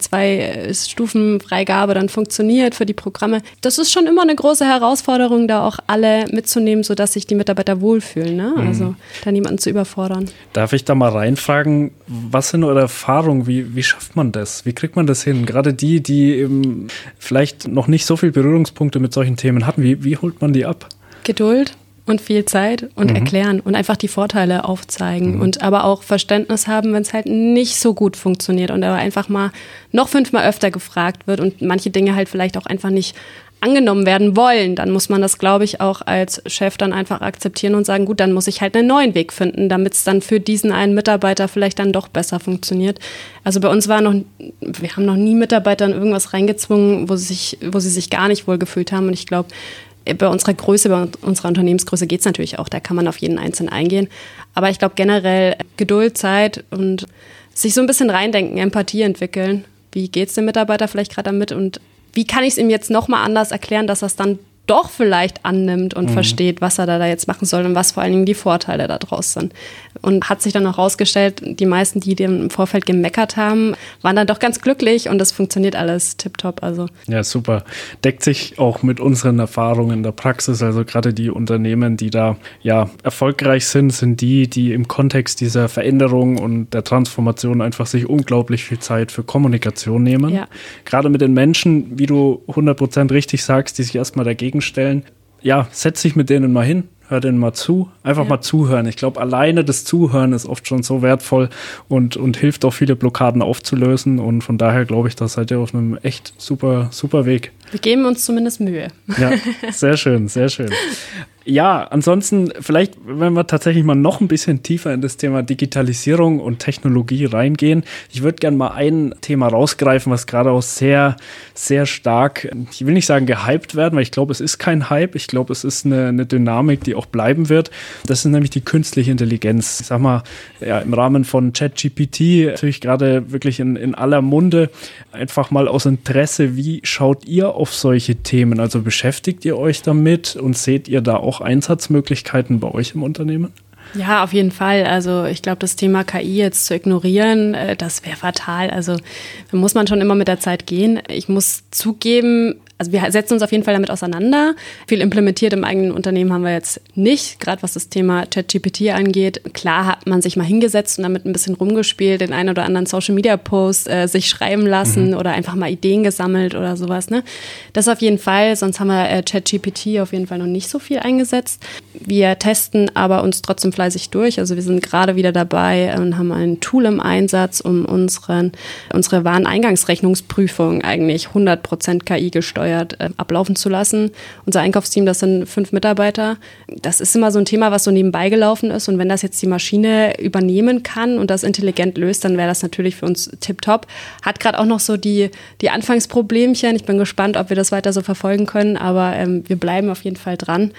2-Stufen-Freigabe dann funktioniert für die Programme. Das ist schon immer eine große Herausforderung, da auch alle mitzunehmen, sodass sich die Mitarbeiter wohlfühlen. Ne? Also da niemanden zu überfordern. Darf ich da mal reinfragen, was sind eure Erfahrungen? Wie schafft man das? Wie kriegt man das hin? Gerade die eben vielleicht noch nicht so viele Berührungspunkte mit solchen Themen hatten. Wie holt man die ab? Geduld und viel Zeit und erklären und einfach die Vorteile aufzeigen und aber auch Verständnis haben, wenn es halt nicht so gut funktioniert und aber einfach mal noch 5-mal öfter gefragt wird und manche Dinge halt vielleicht auch einfach nicht angenommen werden wollen, dann muss man das, glaube ich, auch als Chef dann einfach akzeptieren und sagen, gut, dann muss ich halt einen neuen Weg finden, damit es dann für diesen einen Mitarbeiter vielleicht dann doch besser funktioniert. Also bei uns wir haben noch nie Mitarbeiter in irgendwas reingezwungen, wo sie sich gar nicht wohl gefühlt haben und ich glaube, bei unserer Größe, bei unserer Unternehmensgröße geht es natürlich auch, da kann man auf jeden Einzelnen eingehen. Aber ich glaube generell Geduld, Zeit und sich so ein bisschen reindenken, Empathie entwickeln. Wie geht es dem Mitarbeiter vielleicht gerade damit und wie kann ich es ihm jetzt nochmal anders erklären, dass er es dann doch vielleicht annimmt und versteht, was er da jetzt machen soll und was vor allen Dingen die Vorteile daraus sind. Und hat sich dann auch rausgestellt, die meisten, die im Vorfeld gemeckert haben, waren dann doch ganz glücklich und das funktioniert alles tipptopp. Also. Ja, super. Deckt sich auch mit unseren Erfahrungen in der Praxis. Also gerade die Unternehmen, die da ja erfolgreich sind die im Kontext dieser Veränderung und der Transformation einfach sich unglaublich viel Zeit für Kommunikation nehmen. Ja. Gerade mit den Menschen, wie du 100% richtig sagst, die sich erstmal dagegen stellen. Ja, setz dich mit denen mal hin, hör denen mal zu, einfach mal zuhören. Ich glaube, alleine das Zuhören ist oft schon so wertvoll und hilft auch viele Blockaden aufzulösen und von daher glaube ich, da seid ihr auf einem echt super Weg. Wir geben uns zumindest Mühe. Ja, sehr schön, sehr schön. Ja, ansonsten vielleicht, wenn wir tatsächlich mal noch ein bisschen tiefer in das Thema Digitalisierung und Technologie reingehen. Ich würde gerne mal ein Thema rausgreifen, was gerade auch sehr, sehr stark, ich will nicht sagen gehypt werden, weil ich glaube, es ist kein Hype. Ich glaube, es ist eine Dynamik, die auch bleiben wird. Das ist nämlich die künstliche Intelligenz. Ich sag mal, ja, im Rahmen von ChatGPT natürlich gerade wirklich in aller Munde. Einfach mal aus Interesse, wie schaut ihr auf solche Themen? Also beschäftigt ihr euch damit und seht ihr da auch Einsatzmöglichkeiten bei euch im Unternehmen? Ja, auf jeden Fall. Also ich glaube, das Thema KI jetzt zu ignorieren, das wäre fatal. Also da muss man schon immer mit der Zeit gehen. Ich muss zugeben, also wir setzen uns auf jeden Fall damit auseinander. Viel implementiert im eigenen Unternehmen haben wir jetzt nicht, gerade was das Thema ChatGPT angeht. Klar hat man sich mal hingesetzt und damit ein bisschen rumgespielt, den einen oder anderen Social-Media-Post sich schreiben lassen oder einfach mal Ideen gesammelt oder sowas. Ne? Das auf jeden Fall, sonst haben wir ChatGPT auf jeden Fall noch nicht so viel eingesetzt. Wir testen aber uns trotzdem fleißig durch. Also wir sind gerade wieder dabei und haben ein Tool im Einsatz, um unsere Wareneingangsrechnungsprüfung eigentlich 100% KI gesteuert ablaufen zu lassen. Unser Einkaufsteam, das sind 5 Mitarbeiter. Das ist immer so ein Thema, was so nebenbei gelaufen ist. Und wenn das jetzt die Maschine übernehmen kann und das intelligent löst, dann wäre das natürlich für uns tipptopp. Hat gerade auch noch so die Anfangsproblemchen. Ich bin gespannt, ob wir das weiter so verfolgen können. Aber wir bleiben auf jeden Fall dran.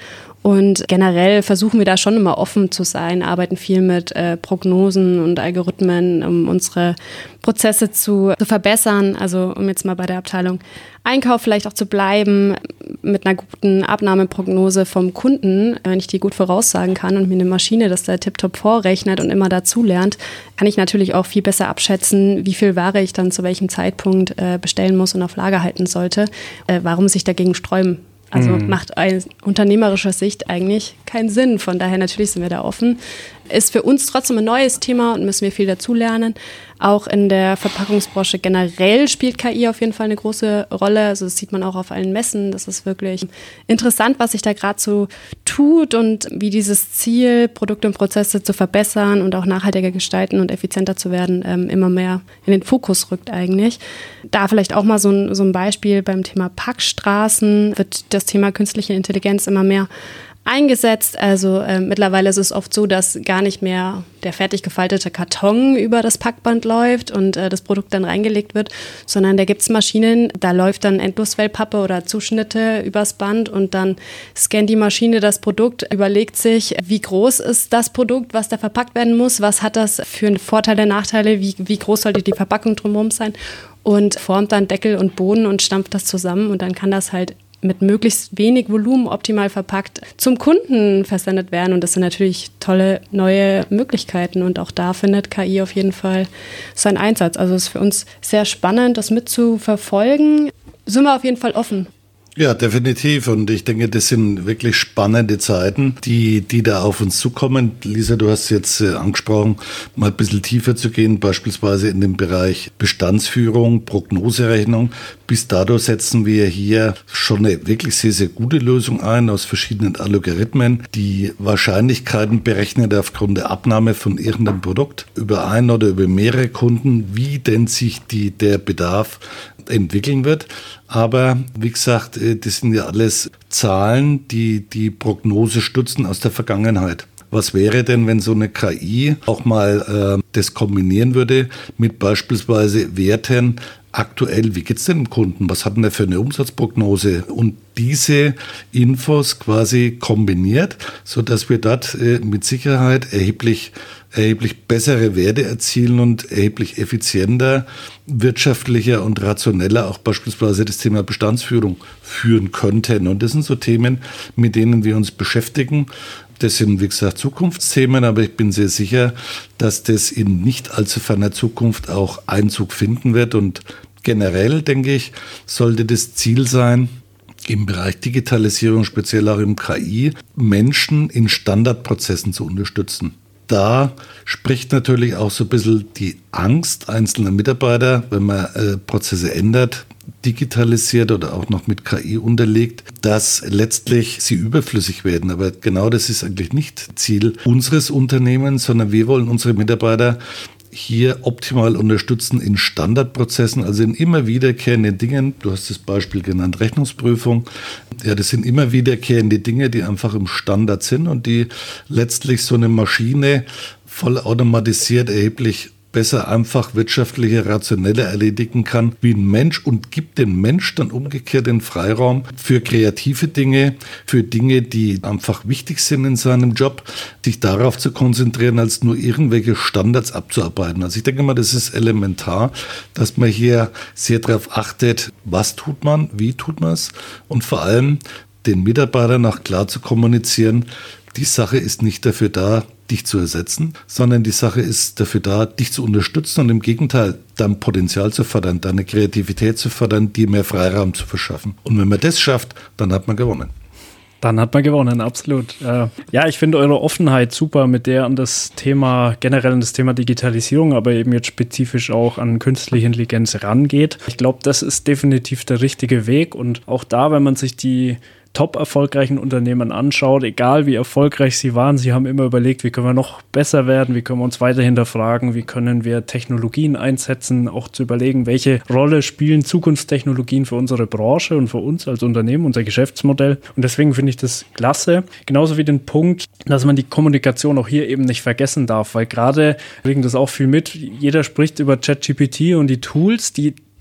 Und generell versuchen wir da schon immer offen zu sein, arbeiten viel mit Prognosen und Algorithmen, um unsere Prozesse zu verbessern. Also um jetzt mal bei der Abteilung Einkauf vielleicht auch zu bleiben, mit einer guten Abnahmeprognose vom Kunden. Wenn ich die gut voraussagen kann und mir eine Maschine das da tiptop vorrechnet und immer dazu lernt, kann ich natürlich auch viel besser abschätzen, wie viel Ware ich dann zu welchem Zeitpunkt bestellen muss und auf Lager halten sollte. Warum sich dagegen sträuben? Also macht aus unternehmerischer Sicht eigentlich keinen Sinn. Von daher natürlich sind wir da offen. Ist für uns trotzdem ein neues Thema und müssen wir viel dazulernen. Auch in der Verpackungsbranche generell spielt KI auf jeden Fall eine große Rolle. Also das sieht man auch auf allen Messen. Das ist wirklich interessant, was sich da gerade so tut und wie dieses Ziel, Produkte und Prozesse zu verbessern und auch nachhaltiger gestalten und effizienter zu werden, immer mehr in den Fokus rückt eigentlich. Da vielleicht auch mal so ein Beispiel beim Thema Packstraßen wird das Thema künstliche Intelligenz immer mehr eingesetzt. Also mittlerweile ist es oft so, dass gar nicht mehr der fertig gefaltete Karton über das Packband läuft und das Produkt dann reingelegt wird, sondern da gibt es Maschinen, da läuft dann Endloswellpappe oder Zuschnitte übers Band und dann scannt die Maschine das Produkt, überlegt sich, wie groß ist das Produkt, was da verpackt werden muss, was hat das für Vorteile, Nachteile, wie groß sollte die Verpackung drumherum sein und formt dann Deckel und Boden und stampft das zusammen und dann kann das halt mit möglichst wenig Volumen optimal verpackt zum Kunden versendet werden. Und das sind natürlich tolle neue Möglichkeiten. Und auch da findet KI auf jeden Fall seinen Einsatz. Also es ist für uns sehr spannend, das mitzuverfolgen. Sind wir auf jeden Fall offen. Ja, definitiv. Und ich denke, das sind wirklich spannende Zeiten, die da auf uns zukommen. Lisa, du hast jetzt angesprochen, mal ein bisschen tiefer zu gehen, beispielsweise in den Bereich Bestandsführung, Prognoserechnung. Bis dato setzen wir hier schon eine wirklich sehr, sehr gute Lösung ein aus verschiedenen Algorithmen, die Wahrscheinlichkeiten berechnet aufgrund der Abnahme von irgendeinem Produkt über einen oder über mehrere Kunden, wie denn sich der Bedarf entwickeln wird. Aber wie gesagt, das sind ja alles Zahlen, die Prognose stützen aus der Vergangenheit. Was wäre denn, wenn so eine KI auch mal das kombinieren würde mit beispielsweise Werten aktuell, wie geht's denn dem Kunden, was hat denn der für eine Umsatzprognose und diese Infos quasi kombiniert, sodass wir dort mit Sicherheit erheblich bessere Werte erzielen und erheblich effizienter, wirtschaftlicher und rationeller auch beispielsweise das Thema Bestandsführung führen könnten. Und das sind so Themen, mit denen wir uns beschäftigen. Das sind, wie gesagt, Zukunftsthemen, aber ich bin sehr sicher, dass das in nicht allzu ferner Zukunft auch Einzug finden wird. Und generell, denke ich, sollte das Ziel sein, im Bereich Digitalisierung, speziell auch im KI, Menschen in Standardprozessen zu unterstützen. Da spricht natürlich auch so ein bisschen die Angst einzelner Mitarbeiter, wenn man Prozesse ändert, digitalisiert oder auch noch mit KI unterlegt, dass letztlich sie überflüssig werden. Aber genau das ist eigentlich nicht Ziel unseres Unternehmens, sondern wir wollen unsere Mitarbeiter hier optimal unterstützen in Standardprozessen, also in immer wiederkehrenden Dingen. Du hast das Beispiel genannt, Rechnungsprüfung. Ja, das sind immer wiederkehrende Dinge, die einfach im Standard sind und die letztlich so eine Maschine voll automatisiert erheblich besser, einfach, wirtschaftlicher, rationeller erledigen kann wie ein Mensch und gibt dem Mensch dann umgekehrt den Freiraum für kreative Dinge, für Dinge, die einfach wichtig sind in seinem Job, sich darauf zu konzentrieren, als nur irgendwelche Standards abzuarbeiten. Also ich denke mal, das ist elementar, dass man hier sehr darauf achtet, was tut man, wie tut man es und vor allem den Mitarbeitern auch klar zu kommunizieren, die Sache ist nicht dafür da, dich zu ersetzen, sondern die Sache ist dafür da, dich zu unterstützen und im Gegenteil, dein Potenzial zu fördern, deine Kreativität zu fördern, dir mehr Freiraum zu verschaffen. Und wenn man das schafft, dann hat man gewonnen. Dann hat man gewonnen, absolut. Ja, ich finde eure Offenheit super, mit der an das Thema, generell an das Thema Digitalisierung, aber eben jetzt spezifisch auch an künstliche Intelligenz rangeht. Ich glaube, das ist definitiv der richtige Weg und auch da, wenn man sich die top erfolgreichen Unternehmen anschaut, egal wie erfolgreich sie waren, sie haben immer überlegt, wie können wir noch besser werden, wie können wir uns weiter hinterfragen, wie können wir Technologien einsetzen, auch zu überlegen, welche Rolle spielen Zukunftstechnologien für unsere Branche und für uns als Unternehmen, unser Geschäftsmodell. Und deswegen finde ich das klasse. Genauso wie den Punkt, dass man die Kommunikation auch hier eben nicht vergessen darf, weil gerade kriegen das auch viel mit. Jeder spricht über ChatGPT und die Tools, die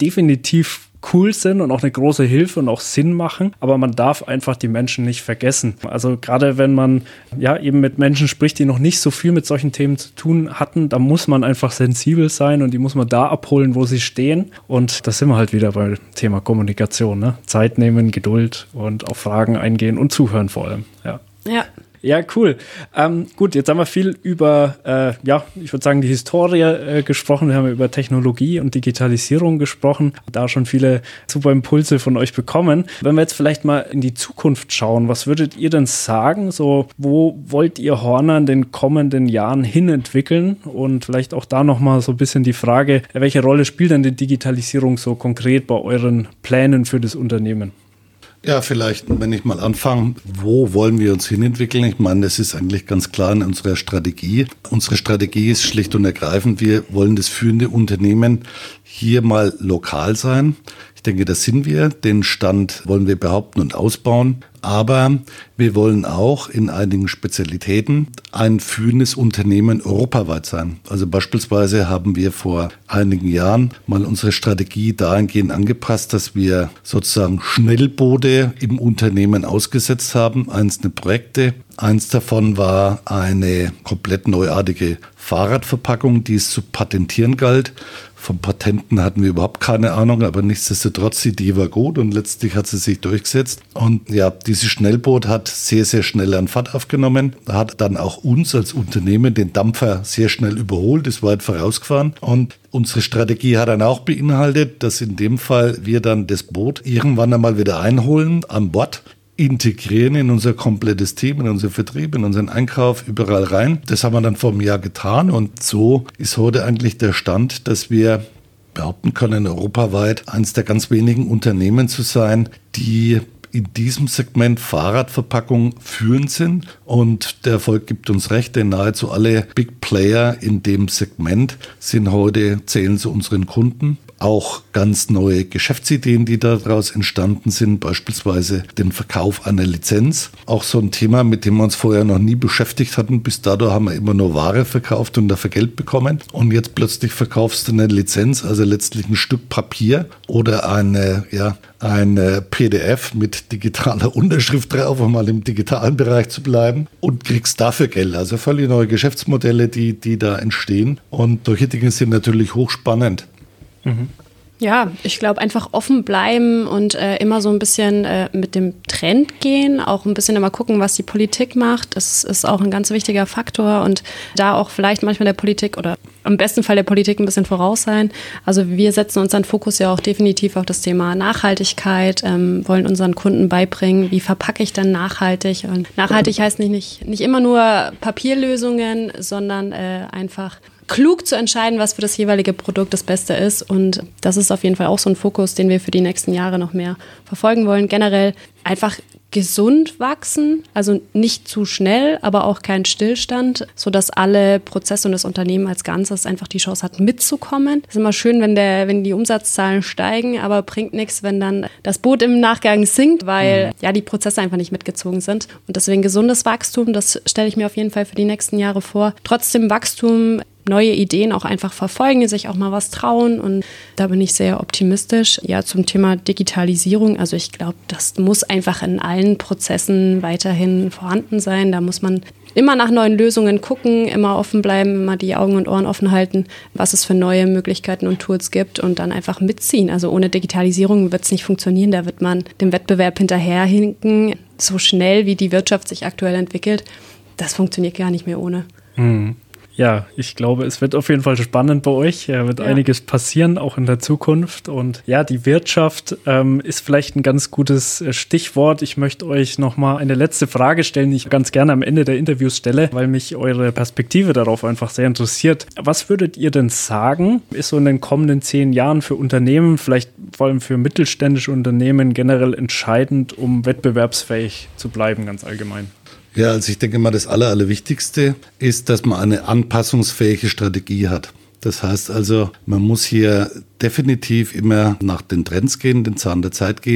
definitiv cool sind und auch eine große Hilfe und auch Sinn machen, aber man darf einfach die Menschen nicht vergessen. Also gerade wenn man ja eben mit Menschen spricht, die noch nicht so viel mit solchen Themen zu tun hatten, da muss man einfach sensibel sein und die muss man da abholen, wo sie stehen. Und da sind wir halt wieder beim Thema Kommunikation, ne? Zeit nehmen, Geduld und auf Fragen eingehen und zuhören vor allem. Ja. Ja, cool. Gut, jetzt haben wir viel über, ich würde sagen, die Historie gesprochen. Wir haben über Technologie und Digitalisierung gesprochen. Da schon viele super Impulse von euch bekommen. Wenn wir jetzt vielleicht mal in die Zukunft schauen, was würdet ihr denn sagen? So, wo wollt ihr Horner in den kommenden Jahren hin entwickeln? Und vielleicht auch da nochmal so ein bisschen die Frage, welche Rolle spielt denn die Digitalisierung so konkret bei euren Plänen für das Unternehmen? Ja, vielleicht, wenn ich mal anfange, wo wollen wir uns hinentwickeln? Ich meine, das ist eigentlich ganz klar in unserer Strategie. Unsere Strategie ist schlicht und ergreifend, wir wollen das führende Unternehmen hier mal lokal sein. Ich denke, das sind wir. Den Stand wollen wir behaupten und ausbauen. Aber wir wollen auch in einigen Spezialitäten ein führendes Unternehmen europaweit sein. Also beispielsweise haben wir vor einigen Jahren mal unsere Strategie dahingehend angepasst, dass wir sozusagen Schnellboote im Unternehmen ausgesetzt haben, einzelne Projekte. Eins davon war eine komplett neuartige Fahrradverpackung, die es zu patentieren galt. Von Patenten hatten wir überhaupt keine Ahnung, aber nichtsdestotrotz, die Idee war gut und letztlich hat sie sich durchgesetzt. Und ja, dieses Schnellboot hat sehr, sehr schnell an Fahrt aufgenommen, hat dann auch uns als Unternehmen den Dampfer sehr schnell überholt, ist weit vorausgefahren. Und unsere Strategie hat dann auch beinhaltet, dass in dem Fall wir dann das Boot irgendwann einmal wieder einholen an Bord, integrieren in unser komplettes Team, in unseren Vertrieb, in unseren Einkauf, überall rein. Das haben wir dann vor einem Jahr getan und so ist heute eigentlich der Stand, dass wir behaupten können, europaweit eines der ganz wenigen Unternehmen zu sein, die in diesem Segment Fahrradverpackung führend sind. Und der Erfolg gibt uns recht, denn nahezu alle Big Player in dem Segment zählen zu unseren Kunden. Auch ganz neue Geschäftsideen, die daraus entstanden sind, beispielsweise den Verkauf einer Lizenz. Auch so ein Thema, mit dem wir uns vorher noch nie beschäftigt hatten. Bis dato haben wir immer nur Ware verkauft und dafür Geld bekommen. Und jetzt plötzlich verkaufst du eine Lizenz, also letztlich ein Stück Papier oder ein PDF mit digitaler Unterschrift drauf, um mal im digitalen Bereich zu bleiben, und kriegst dafür Geld. Also völlig neue Geschäftsmodelle, die da entstehen. Und solche Dinge sind natürlich hochspannend. Mhm. Ja, ich glaube, einfach offen bleiben und immer so ein bisschen mit dem Trend gehen, auch ein bisschen immer gucken, was die Politik macht. Das ist auch ein ganz wichtiger Faktor und da auch vielleicht manchmal der Politik oder im besten Fall der Politik ein bisschen voraus sein. Also wir setzen unseren Fokus ja auch definitiv auf das Thema Nachhaltigkeit, wollen unseren Kunden beibringen, wie verpacke ich denn nachhaltig? Und nachhaltig heißt nicht immer nur Papierlösungen, sondern einfach klug zu entscheiden, was für das jeweilige Produkt das Beste ist. Und das ist auf jeden Fall auch so ein Fokus, den wir für die nächsten Jahre noch mehr verfolgen wollen. Generell einfach gesund wachsen, also nicht zu schnell, aber auch kein Stillstand, sodass alle Prozesse und das Unternehmen als Ganzes einfach die Chance hat, mitzukommen. Es ist immer schön, wenn die Umsatzzahlen steigen, aber bringt nichts, wenn dann das Boot im Nachgang sinkt, weil die Prozesse einfach nicht mitgezogen sind. Und deswegen gesundes Wachstum, das stelle ich mir auf jeden Fall für die nächsten Jahre vor. Trotzdem Wachstum, neue Ideen auch einfach verfolgen, sich auch mal was trauen und da bin ich sehr optimistisch. Ja, zum Thema Digitalisierung, also ich glaube, das muss einfach in allen Prozessen weiterhin vorhanden sein. Da muss man immer nach neuen Lösungen gucken, immer offen bleiben, immer die Augen und Ohren offen halten, was es für neue Möglichkeiten und Tools gibt und dann einfach mitziehen. Also ohne Digitalisierung wird es nicht funktionieren, da wird man dem Wettbewerb hinterherhinken, so schnell wie die Wirtschaft sich aktuell entwickelt. Das funktioniert gar nicht mehr ohne. Mhm. Ja, ich glaube, es wird auf jeden Fall spannend bei euch. Wird einiges passieren, auch in der Zukunft. Und ja, die Wirtschaft ist vielleicht ein ganz gutes Stichwort. Ich möchte euch nochmal eine letzte Frage stellen, die ich ganz gerne am Ende der Interviews stelle, weil mich eure Perspektive darauf einfach sehr interessiert. Was würdet ihr denn sagen, ist so in den kommenden 10 Jahren für Unternehmen, vielleicht vor allem für mittelständische Unternehmen generell entscheidend, um wettbewerbsfähig zu bleiben, ganz allgemein? Ja, also ich denke mal, das Allerwichtigste ist, dass man eine anpassungsfähige Strategie hat. Das heißt also, man muss hier definitiv immer nach den Trends gehen, den Zahn der Zeit gehen.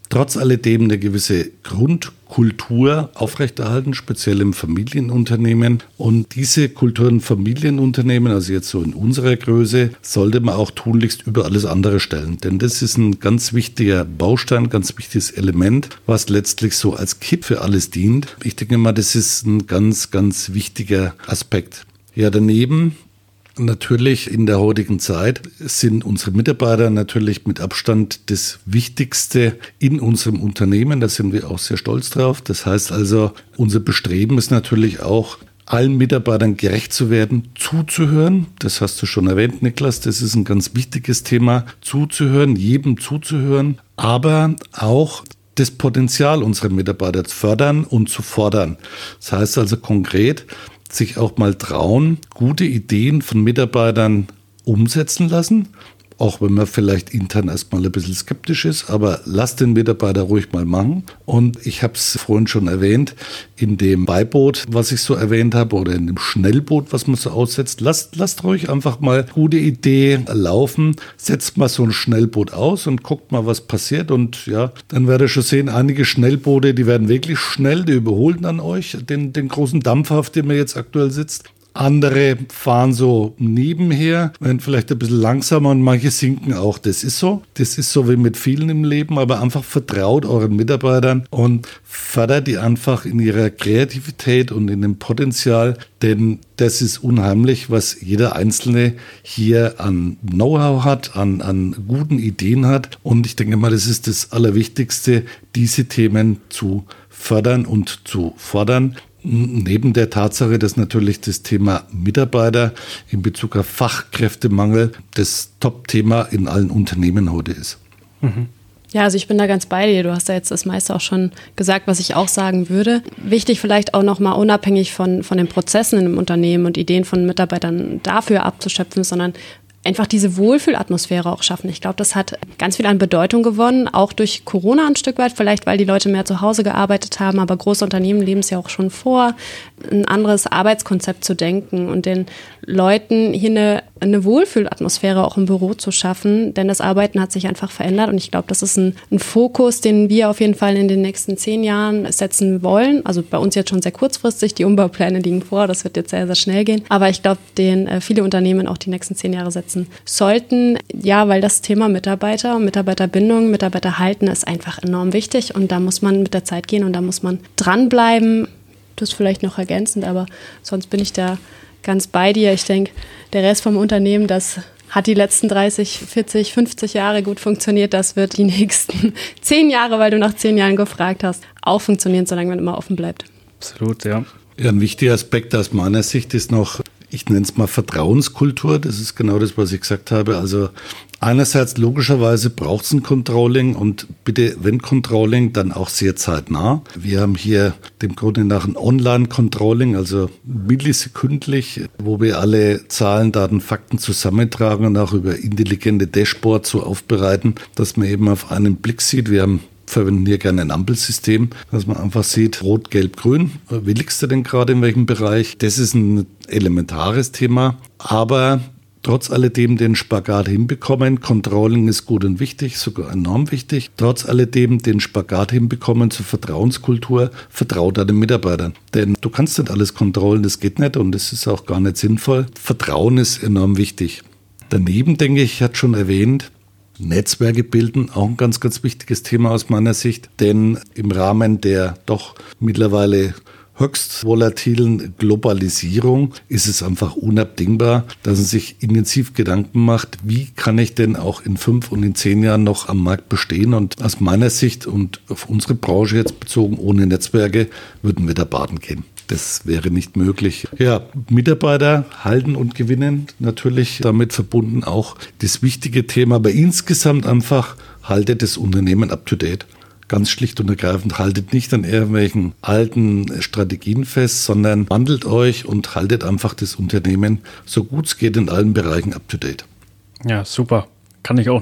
trotz alledem eine gewisse Grundkultur aufrechterhalten, speziell im Familienunternehmen. Und diese Kultur in Familienunternehmen, also jetzt so in unserer Größe, sollte man auch tunlichst über alles andere stellen. Denn das ist ein ganz wichtiger Baustein, ganz wichtiges Element, was letztlich so als Kipp für alles dient. Ich denke mal, das ist ein ganz, ganz wichtiger Aspekt. Ja, daneben natürlich in der heutigen Zeit sind unsere Mitarbeiter natürlich mit Abstand das Wichtigste in unserem Unternehmen. Da sind wir auch sehr stolz drauf. Das heißt also, unser Bestreben ist natürlich auch, allen Mitarbeitern gerecht zu werden, zuzuhören. Das hast du schon erwähnt, Niklas. Das ist ein ganz wichtiges Thema. Zuzuhören, jedem zuzuhören, aber auch das Potenzial unserer Mitarbeiter zu fördern und zu fordern. Das heißt also konkret, sich auch mal trauen, gute Ideen von Mitarbeitern umsetzen lassen, auch wenn man vielleicht intern erstmal ein bisschen skeptisch ist, aber lasst den Mitarbeiter ruhig mal machen. Und ich habe es vorhin schon erwähnt, in dem Beiboot, was ich so erwähnt habe, oder in dem Schnellboot, was man so aussetzt, lasst ruhig einfach mal gute Idee laufen, setzt mal so ein Schnellboot aus und guckt mal, was passiert. Und ja, dann werdet ihr schon sehen, einige Schnellboote, die werden wirklich schnell, die überholen dann euch den großen Dampfer, auf dem ihr jetzt aktuell sitzt. Andere fahren so nebenher, werden vielleicht ein bisschen langsamer und manche sinken auch. Das ist so. Das ist so wie mit vielen im Leben, aber einfach vertraut euren Mitarbeitern und fördert die einfach in ihrer Kreativität und in dem Potenzial, denn das ist unheimlich, was jeder Einzelne hier an Know-how hat, an guten Ideen hat. Und ich denke mal, das ist das Allerwichtigste, diese Themen zu fördern und zu fordern. Neben der Tatsache, dass natürlich das Thema Mitarbeiter in Bezug auf Fachkräftemangel das Top-Thema in allen Unternehmen heute ist. Mhm. Ja, also ich bin da ganz bei dir. Du hast ja jetzt das meiste auch schon gesagt, was ich auch sagen würde. Wichtig vielleicht auch nochmal unabhängig von den Prozessen im Unternehmen und Ideen von Mitarbeitern dafür abzuschöpfen, sondern einfach diese Wohlfühlatmosphäre auch schaffen. Ich glaube, das hat ganz viel an Bedeutung gewonnen, auch durch Corona ein Stück weit, vielleicht weil die Leute mehr zu Hause gearbeitet haben, aber große Unternehmen leben es ja auch schon vor, ein anderes Arbeitskonzept zu denken und den Leuten hier eine Wohlfühlatmosphäre auch im Büro zu schaffen, denn das Arbeiten hat sich einfach verändert und ich glaube, das ist ein Fokus, den wir auf jeden Fall in den nächsten 10 Jahren setzen wollen. Also bei uns jetzt schon sehr kurzfristig, die Umbaupläne liegen vor, das wird jetzt sehr, sehr schnell gehen, aber ich glaube, den viele Unternehmen auch die nächsten 10 Jahre setzen sollten, ja, weil das Thema Mitarbeiter, Mitarbeiterbindung, Mitarbeiterhalten ist einfach enorm wichtig und da muss man mit der Zeit gehen und da muss man dranbleiben. Das vielleicht noch ergänzend, aber sonst bin ich da ganz bei dir. Ich denke, der Rest vom Unternehmen, das hat die letzten 30, 40, 50 Jahre gut funktioniert. Das wird die nächsten 10 Jahre, weil du nach 10 Jahren gefragt hast, auch funktionieren, solange man immer offen bleibt. Absolut, ja. Ja, ein wichtiger Aspekt aus meiner Sicht ist noch, ich nenne es mal Vertrauenskultur. Das ist genau das, was ich gesagt habe. Also einerseits logischerweise braucht es ein Controlling und bitte, wenn Controlling, dann auch sehr zeitnah. Wir haben hier dem Grunde nach ein Online-Controlling, also millisekündlich, wo wir alle Zahlen, Daten, Fakten zusammentragen und auch über intelligente Dashboards so aufbereiten, dass man eben auf einen Blick sieht. Wir verwenden hier gerne ein Ampelsystem, dass man einfach sieht, rot, gelb, grün. Willigst du denn gerade in welchem Bereich? Das ist ein elementares Thema, aber trotz alledem den Spagat hinbekommen. Controlling ist gut und wichtig, sogar enorm wichtig. Trotz alledem den Spagat hinbekommen zur Vertrauenskultur, vertraut deinen Mitarbeitern. Denn du kannst nicht alles kontrollen, das geht nicht und das ist auch gar nicht sinnvoll. Vertrauen ist enorm wichtig. Daneben, denke ich hatte schon erwähnt, Netzwerke bilden, auch ein ganz, ganz wichtiges Thema aus meiner Sicht. Denn im Rahmen der doch mittlerweile höchst volatilen Globalisierung ist es einfach unabdingbar, dass man sich intensiv Gedanken macht, wie kann ich denn auch in 5 und in 10 Jahren noch am Markt bestehen. Und aus meiner Sicht und auf unsere Branche jetzt bezogen, ohne Netzwerke würden wir da baden gehen. Das wäre nicht möglich. Ja, Mitarbeiter halten und gewinnen, natürlich damit verbunden auch das wichtige Thema, aber insgesamt einfach haltet das Unternehmen up to date. Ganz schlicht und ergreifend, haltet nicht an irgendwelchen alten Strategien fest, sondern wandelt euch und haltet einfach das Unternehmen so gut es geht in allen Bereichen up to date. Ja, super. Kann ich auch nur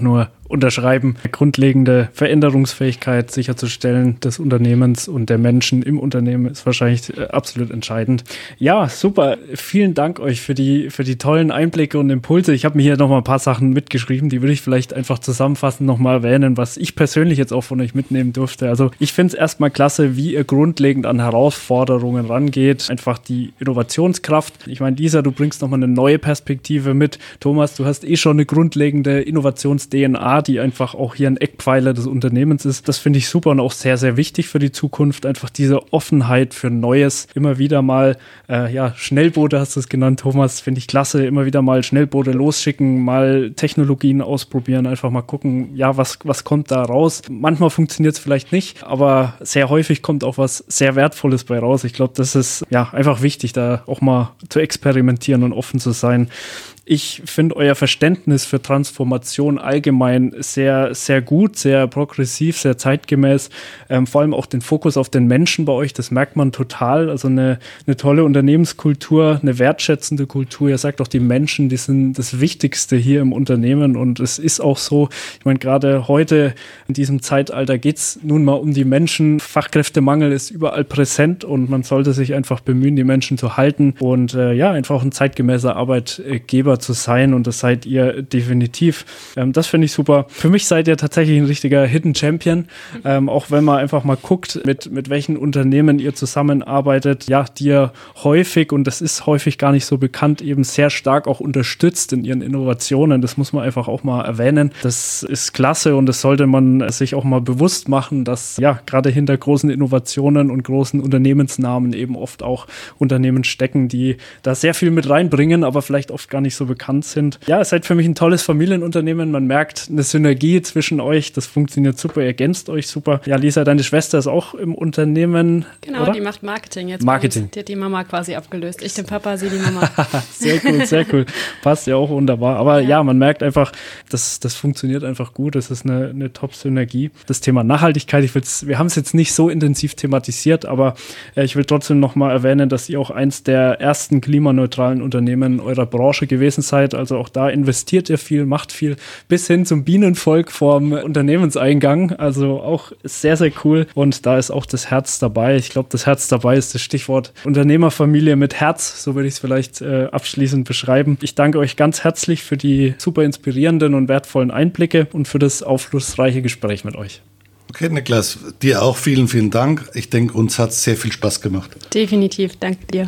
unterschreiben. Grundlegende Veränderungsfähigkeit sicherzustellen des Unternehmens und der Menschen im Unternehmen ist wahrscheinlich absolut entscheidend. Ja, super. Vielen Dank euch für die tollen Einblicke und Impulse. Ich habe mir hier nochmal ein paar Sachen mitgeschrieben, die würde ich vielleicht einfach zusammenfassend nochmal erwähnen, was ich persönlich jetzt auch von euch mitnehmen durfte. Also ich finde es erstmal klasse, wie ihr grundlegend an Herausforderungen rangeht. Einfach die Innovationskraft. Ich meine, Lisa, du bringst nochmal eine neue Perspektive mit. Thomas, du hast schon eine grundlegende Innovations-DNA, die einfach auch hier ein Eckpfeiler des Unternehmens ist. Das finde ich super und auch sehr, sehr wichtig für die Zukunft. Einfach diese Offenheit für Neues. Immer wieder mal, Schnellboote hast du es genannt, Thomas, finde ich klasse. Immer wieder mal Schnellboote losschicken, mal Technologien ausprobieren, einfach mal gucken, ja, was kommt da raus. Manchmal funktioniert es vielleicht nicht, aber sehr häufig kommt auch was sehr Wertvolles bei raus. Ich glaube, das ist ja einfach wichtig, da auch mal zu experimentieren und offen zu sein. Ich finde euer Verständnis für Transformation allgemein sehr, sehr gut, sehr progressiv, sehr zeitgemäß. Vor allem auch den Fokus auf den Menschen bei euch, das merkt man total. Also eine tolle Unternehmenskultur, eine wertschätzende Kultur. Ihr sagt auch, die Menschen, die sind das Wichtigste hier im Unternehmen und es ist auch so. Ich meine, gerade heute in diesem Zeitalter geht es nun mal um die Menschen. Fachkräftemangel ist überall präsent und man sollte sich einfach bemühen, die Menschen zu halten und einfach auch ein zeitgemäßer Arbeitgeber zu sein und das seid ihr definitiv. Das finde ich super. Für mich seid ihr tatsächlich ein richtiger Hidden Champion, auch wenn man einfach mal guckt, mit welchen Unternehmen ihr zusammenarbeitet, ja, die ihr häufig, und das ist häufig gar nicht so bekannt, eben sehr stark auch unterstützt in ihren Innovationen. Das muss man einfach auch mal erwähnen. Das ist klasse und das sollte man sich auch mal bewusst machen, dass ja gerade hinter großen Innovationen und großen Unternehmensnamen eben oft auch Unternehmen stecken, die da sehr viel mit reinbringen, aber vielleicht oft gar nicht so bekannt sind. Ja, es seid für mich ein tolles Familienunternehmen. Man merkt eine Synergie zwischen euch. Das funktioniert super. Ihr ergänzt euch super. Ja, Lisa, deine Schwester ist auch im Unternehmen. Genau, oder? Die macht Marketing jetzt. Marketing. Die hat die Mama quasi abgelöst. Ich den Papa, sie die Mama. Sehr cool, sehr cool. Passt ja auch wunderbar. Aber ja, man merkt einfach, das funktioniert einfach gut. Das ist eine Top-Synergie. Das Thema Nachhaltigkeit, wir haben es jetzt nicht so intensiv thematisiert, aber ich will trotzdem nochmal erwähnen, dass ihr auch eins der ersten klimaneutralen Unternehmen eurer Branche gewesen seid. Also auch da investiert ihr viel, macht viel, bis hin zum Bienenvolk vorm Unternehmenseingang. Also auch sehr, sehr cool. Und da ist auch das Herz dabei. Ich glaube, das Herz dabei ist das Stichwort Unternehmerfamilie mit Herz. So würde ich es vielleicht abschließend beschreiben. Ich danke euch ganz herzlich für die super inspirierenden und wertvollen Einblicke und für das aufschlussreiche Gespräch mit euch. Okay, Niklas, dir auch vielen, vielen Dank. Ich denke, uns hat es sehr viel Spaß gemacht. Definitiv, danke dir.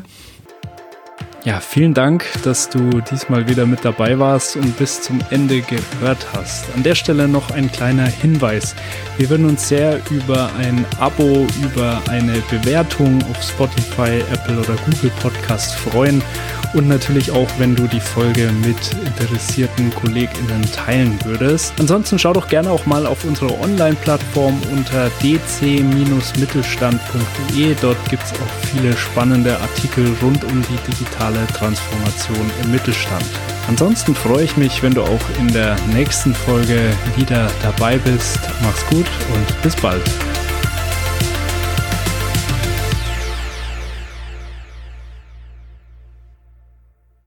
Ja, vielen Dank, dass du diesmal wieder mit dabei warst und bis zum Ende gehört hast. An der Stelle noch ein kleiner Hinweis. Wir würden uns sehr über ein Abo, über eine Bewertung auf Spotify, Apple oder Google Podcast freuen und natürlich auch, wenn du die Folge mit interessierten KollegInnen teilen würdest. Ansonsten schau doch gerne auch mal auf unsere Online-Plattform unter dc-mittelstand.de. Dort gibt es auch viele spannende Artikel rund um die digitale Transformation im Mittelstand. Ansonsten freue ich mich, wenn du auch in der nächsten Folge wieder dabei bist. Mach's gut und bis bald.